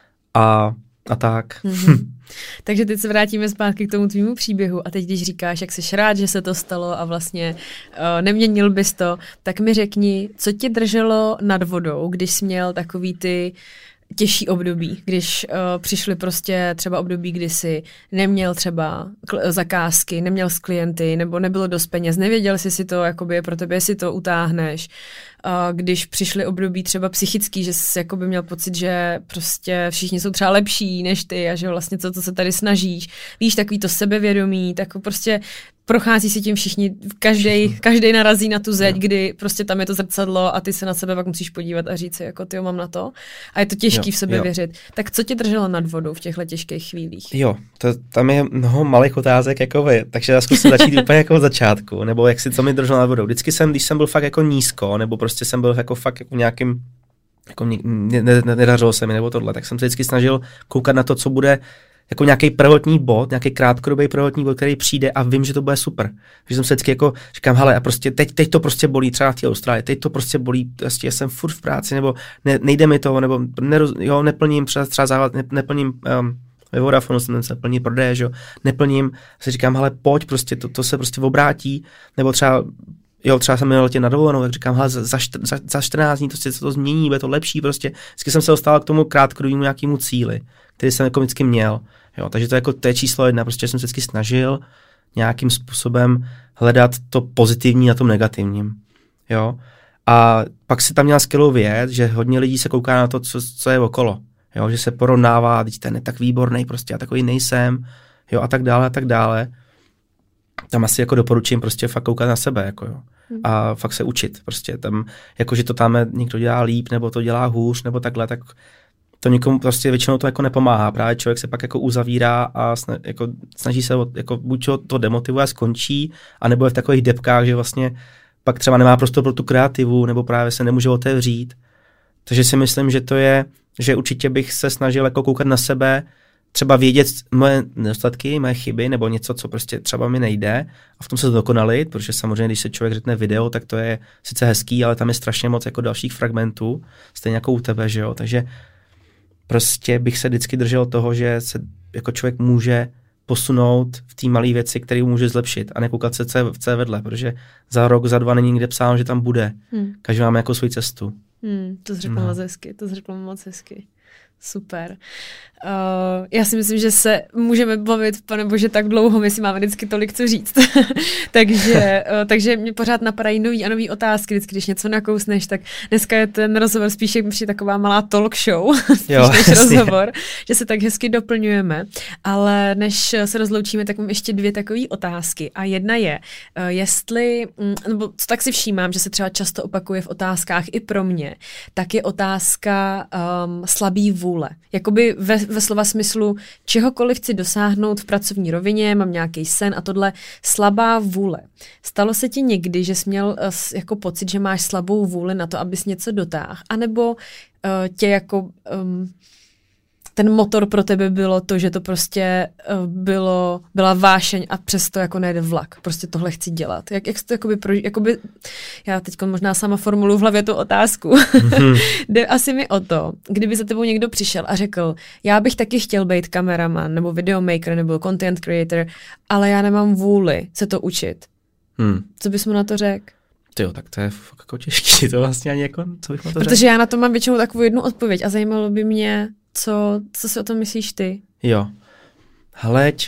a, a tak. Mm-hmm. Takže teď se vrátíme zpátky k tomu tvýmu příběhu a teď, když říkáš, jak jsi rád, že se to stalo a vlastně uh, neměnil bys to, tak mi řekni, co tě drželo nad vodou, když jsi měl takový ty těžší období, když uh, přišly prostě třeba období, kdy jsi neměl třeba kl- zakázky, neměl s klienty, nebo nebylo dost peněz, nevěděl jsi si to, jakoby pro tebe si to utáhneš. Uh, když přišly období třeba psychický, že jsi jakoby měl pocit, že prostě všichni jsou třeba lepší než ty a že vlastně to, co se tady snažíš, víš, takový to sebevědomí, tak prostě prochází si tím všichni, každej, každej narazí na tu zeď, jo. Kdy prostě tam je to zrcadlo a ty se na sebe pak musíš podívat a říct si, jako tyjo, mám na to. A je to těžký jo, v sebe jo. věřit. Tak co tě drželo nad vodou v těchto těžkých chvílích? Jo, to, tam je mnoho malých otázek jako vy, takže já zkusím začít úplně jako od začátku, nebo jak si co mi drželo nad vodou. Vždycky jsem, když jsem byl fakt jako nízko, nebo prostě jsem byl jako fakt jako nějakým, jako ne, ne, ne, nedařilo se mi, nebo tohle, tak jsem se vždycky snažil koukat na to, co bude jako nějaký prvotní bod, nějaký krátkodobý prvotní bod, který přijde a vím, že to bude super. Takže jsem se vždycky jako říkám, hele, a prostě teď, teď to prostě bolí, třeba v té Austrálii, teď to prostě bolí, prostě jsem furt v práci, nebo ne, nejde mi to, nebo neroz, jo, neplním třeba, třeba základ, ne, neplním um, ve Vodafonu jsem se plní prodeje, že jo, neplním, si říkám, hele, pojď, prostě to, to se prostě obrátí, nebo třeba jo, třeba jsem měl letět na dovolenou, tak říkám, hele, za, za, za čtrnáct dní to se to změní, bude to lepší, prostě. Vždycky jsem se dostal k tomu krátkodobému nějakému cíli, který jsem jako vždycky měl. Jo, takže to je jako to je číslo jedna, prostě jsem se vždycky snažil nějakým způsobem hledat to pozitivní na tom negativním. Jo. A pak si tam měla skvělou věc, že hodně lidí se kouká na to, co, co je okolo. Jo, že se porovnává, teď ten je tak výborný, prostě já takový nejsem, jo, a tak dále, a tak dále. Tam asi jako doporučím prostě fakt koukat na sebe, jako jo. A fakt se učit, prostě tam, jako že to tam někdo dělá líp, nebo to dělá hůř, nebo takhle, tak to někomu prostě většinou to jako nepomáhá. Právě člověk se pak jako uzavírá a sna, jako snaží se, jako buď to demotivuje a skončí, anebo je v takových depkách, že vlastně pak třeba nemá prostor pro tu kreativu, nebo právě se nemůže otevřít. Takže si myslím, že to je, že určitě bych se snažil jako koukat na sebe, třeba vědět moje nedostatky, moje chyby, nebo něco, co prostě třeba mi nejde a v tom se dokonalit, protože samozřejmě, když se člověk řekne video, tak to je sice hezký, ale tam je strašně moc jako dalších fragmentů, stejně jako u tebe, že jo, takže prostě bych se vždycky držel toho, že se jako člověk může posunout v té malé věci, které může zlepšit a nekoukat se, co je vedle, protože za rok, za dva není nikde psáno, že tam bude. Hmm. Každý máme jako svou cestu. Hmm, to jsi řekl no. moc hezky, to jsi řekl moc hezky. Super. Uh, já si myslím, že se můžeme bavit, pane bože, tak dlouho, my si máme vždycky tolik co říct. takže, uh, takže mě pořád napadají nový a nový otázky, vždycky, když něco nakousneš, tak dneska je ten rozhovor spíš jak přijde taková malá talk show, spíš jo, než rozhovor, že se tak hezky doplňujeme. Ale než se rozloučíme, tak mám ještě dvě takové otázky. A jedna je, uh, jestli, nebo co tak si všímám, že se třeba často opakuje v otázkách i pro mě, tak je otázka um, slabý vůle. Jakoby ve, ve slova smyslu čehokoliv chci dosáhnout v pracovní rovině, mám nějaký sen a tohle slabá vůle. Stalo se ti někdy, že jsi měl uh, jako pocit, že máš slabou vůli na to, abys něco dotáhl? A nebo uh, tě jako um, ten motor pro tebe bylo to, že to prostě uh, bylo, byla vášeň a přesto jako nejde vlak. Prostě tohle chci dělat. Jak, jak to jakoby, pro, jakoby já teď možná sama formuluji v hlavě tu otázku. Mm-hmm. Jde asi mi o to, kdyby za tebou někdo přišel a řekl, já bych taky chtěl být kameraman, nebo videomaker, nebo content creator, ale já nemám vůli se to učit. Hmm. Co bys mu na to řekl? Jo, tak to je fakt jako těžký, to vlastně ani jako, co bych na to řekl. Protože já na to mám většinou takovou jednu odpověď a zajímalo by mě, co, co si o tom myslíš ty? Jo, hleď,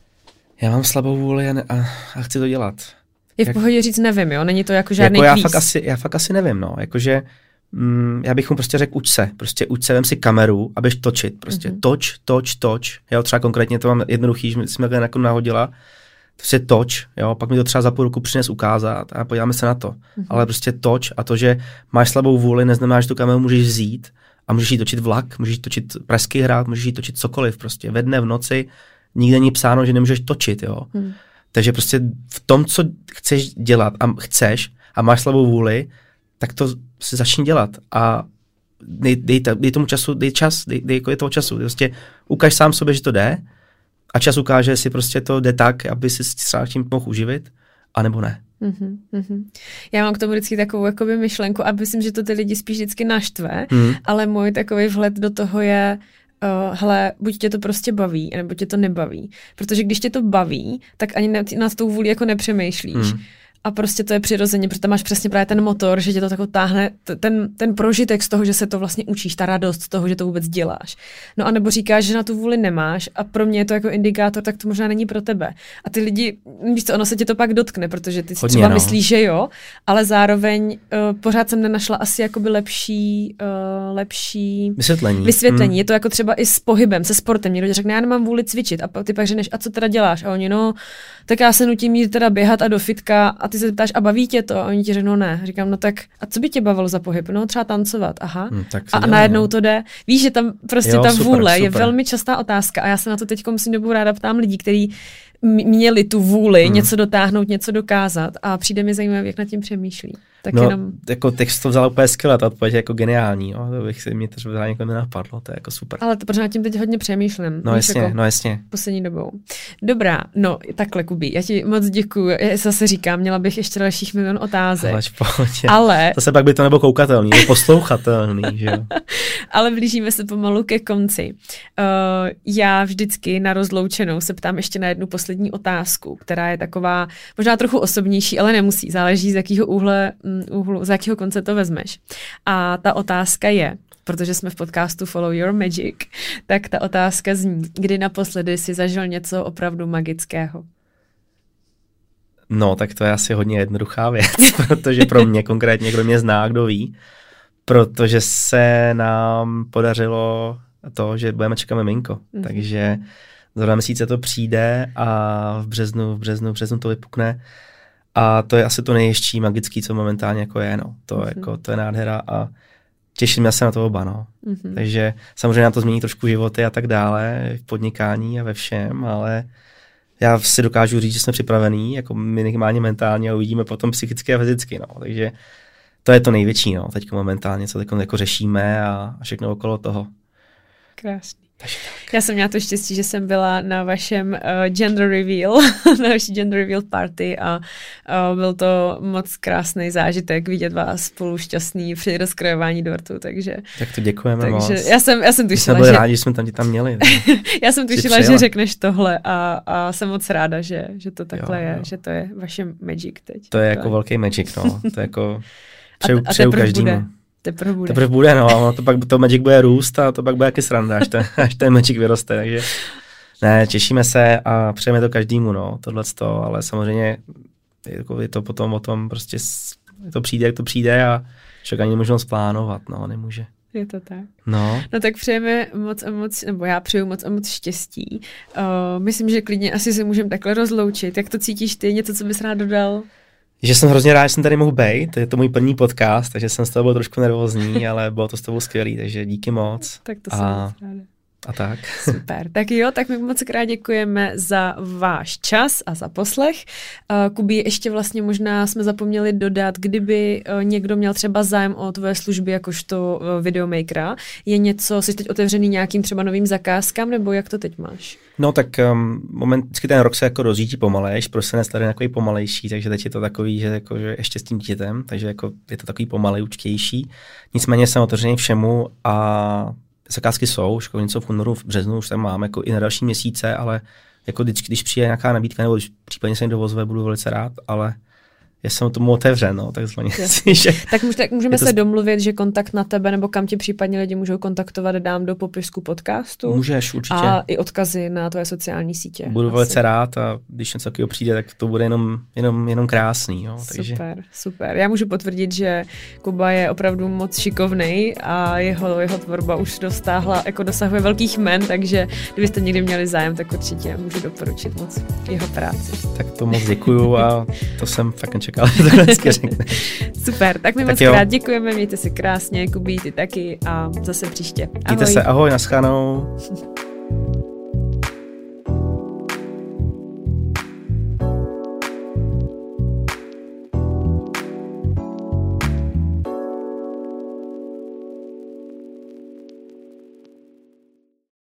já mám slabou vůli a, ne, a, a chci to dělat. Je v Jak, pohodě říct nevím, jo? Není to jako žádný jako já kvíz. fakt, asi, já fakt asi nevím, no. Jakože mm, já bych mu prostě řekl uč se. Prostě uč se, vem si kameru a běž točit. Prostě mm-hmm. toč, toč, toč. Já třeba konkrétně to mám jednoduchý, že jsem takhle jako nahodila. Prostě toč, jo, pak mi to třeba za půl roku přines ukázat a podíváme se na to. Mm-hmm. Ale prostě toč a to, že máš slabou vůli, neznamená, že tu kameru můžeš vzít a můžeš jí točit vlak, můžeš jí točit presky hrát, můžeš jí točit cokoliv prostě. Ve dne, v noci, nikde není psáno, že nemůžeš točit, jo. Mm. Takže prostě v tom, co chceš dělat a chceš a máš slabou vůli, tak to si začni dělat a dej, dej, dej tomu času, dej čas, dej, dej jako toho času. Prostě ukaž sám sobě, že to jde a čas ukáže, jestli prostě to jde tak, aby si třeba tím mohl uživit, anebo ne. Mm-hmm, mm-hmm. Já mám k tomu vždycky takovou jakoby myšlenku a myslím, že to ty lidi spíš vždycky naštve, mm. ale můj takový vhled do toho je, Uh, hele, buď tě to prostě baví, nebo tě to nebaví. Protože když tě to baví, tak ani nad, nad tou vůli jako nepřemýšlíš. Mm. A prostě to je přirozeně, protože máš přesně právě ten motor, že tě to tako táhne, t- ten, ten prožitek z toho, že se to vlastně učíš, ta radost z toho, že to vůbec děláš. No a nebo říkáš, že na tu vůli nemáš a pro mě je to jako indikátor, tak to možná není pro tebe. A ty lidi, víš co, ono se tě to pak dotkne, protože ty si Hodně, třeba no. myslíš, že jo, ale zároveň uh, pořád jsem nenašla asi jakoby lepší, uh, lepší vysvětlení. vysvětlení. Mm. Je to jako třeba i s pohybem, se sportem. Někdo řekne, já nemám vůli cvičit a ty pak řekneš, a co teda děláš? A oni, no, tak já se nutím jít teda běhat a do fitka a ty se ptáš, a baví tě to? A oni ti řeknou ne. Říkám, no tak a co by tě bavilo za pohyb? No třeba tancovat, aha. Hmm, a, a najednou to jde. Víš, že tam prostě jo, ta super, vůle super. je velmi častá otázka a já se na to teď musím dobu ráda ptám lidí, kteří měli tu vůli hmm. něco dotáhnout, něco dokázat a přijde mi zajímavé, jak nad tím přemýšlí. Tak no, jenom... jako text to vzal úplně skvěle, ta odpověď je jako geniální, jo? To bych si mě to vzal někoho nenapadlo, to je jako super. Ale to, protože nad tím teď hodně přemýšlím. No jasně, jako no jasně. Poslední dobou. Dobrá, no takhle, Kubi, já ti moc děkuju. Já zase říkám, měla bych ještě dalších milion otázek. Ale, ale... Zase pak by to nebylo koukatelný, nebo poslouchatelný, že jo. Ale blížíme se pomalu ke konci. Uh, já vždycky na rozloučenou se ptám ještě na jednu poslední otázku, která je taková možná trochu osobnější, ale nemusí. Záleží, z jakého úhle, úhlu, z jakého konce to vezmeš. A ta otázka je, protože jsme v podcastu Follow Your Magic, tak ta otázka zní, kdy naposledy jsi zažil něco opravdu magického? No, tak to je asi hodně jednoduchá věc, protože pro mě konkrétně, kdo mě zná, kdo ví, protože se nám podařilo to, že budeme čekat miminko. Mm-hmm. Takže za dva měsíce to přijde a v březnu, v březnu, v březnu to vypukne. A to je asi to nejještější magický, co momentálně jako je. No. To, mm-hmm. jako, to je nádhera a těším se na to oba. No. Mm-hmm. Takže samozřejmě na to změní trošku životy a tak dále, v podnikání a ve všem, ale já si dokážu říct, že jsme připravení, jako minimálně mentálně a uvidíme potom psychicky a fyzicky. No. Takže to je to největší, no, teď momentálně, co teď jako řešíme a všechno okolo toho. Krásný. Já jsem měla to štěstí, že jsem byla na vašem uh, gender reveal, na vaší gender reveal party a uh, byl to moc krásný zážitek vidět vás spolu šťastný při rozkrojování dortu, takže... Tak to děkujeme takže moc. Já jsem, já jsem tušila, jsme byli že... rádi, že jsme tam tě tam měli. Já jsem tušila, že řekneš tohle a, a jsem moc ráda, že, že to takhle jo, je, jo. Že to je vaše magic teď. To je jako velký magic, no. To je jako... Přeju, a, a přeju každému. Bude. Teprve bude. Teprve bude, no, to pak to Magic bude růst a to pak bude jaký sranda, až ten, až ten Magic vyroste, takže ne, těšíme se a přejeme to každému, no, tohleto, ale samozřejmě jako je to potom o tom, prostě to přijde, jak to přijde a člověk ani nemůže moc plánovat, no, nemůže. Je to tak. No. No tak přejeme moc a moc, nebo já přeju moc a moc štěstí. Uh, myslím, že klidně asi se můžeme takhle rozloučit. Jak to cítíš ty? Něco, co bys rád dodal? Že jsem hrozně rád, že jsem tady mohl být, je to můj první podcast, takže jsem z toho byl trošku nervózní, ale bylo to s tebou skvělý, takže díky moc. Tak to jsem moc ráda. A tak. Super. Tak jo, tak my moc krát děkujeme za váš čas a za poslech. Uh, Kubi, ještě vlastně možná jsme zapomněli dodat, kdyby uh, někdo měl třeba zájem o tvoje služby jakožto uh, videomakera, je něco, jsi teď otevřený nějakým třeba novým zakázkám, nebo jak to teď máš? No tak um, moment, vždycky ten rok se jako rozjítí pomalejš, prostě tady takový pomalejší, takže teď je to takový, že, jako, že ještě s tím dítětem, takže jako je to takový pomalejčtější. Nicméně jsem otevřený všemu a zakázky jsou, už něco v únoru, v březnu už tam mám jako i na další měsíce, ale jako vždycky, když přijde nějaká nabídka nebo když případně se jim dovozové, budu velice rád, ale já jsem tomu otevřen, no, takzvaně. tak, můž, tak můžeme to... se domluvit, že kontakt na tebe, nebo kam tě případně lidi můžou kontaktovat, dám do popisku podcastu. Můžeš, určitě. A i odkazy na tvoje sociální sítě. Budu asi. Velice rád a když něco takového přijde, tak to bude jenom, jenom, jenom krásný. Jo, takže... Super, super. Já můžu potvrdit, že Kuba je opravdu moc šikovnej a jeho, jeho tvorba už dostáhla, jako dosahuje velkých jmen, takže kdybyste někdy měli zájem, tak určitě můžu doporučit moc jeho práci. Tak to moc děkuju a to jsem fakt nečekal. Super, tak my tak moc jo. krát děkujeme, mějte se krásně, Kubí, ty taky a zase příště. Ahoj. Mějte se, ahoj, naschledanou.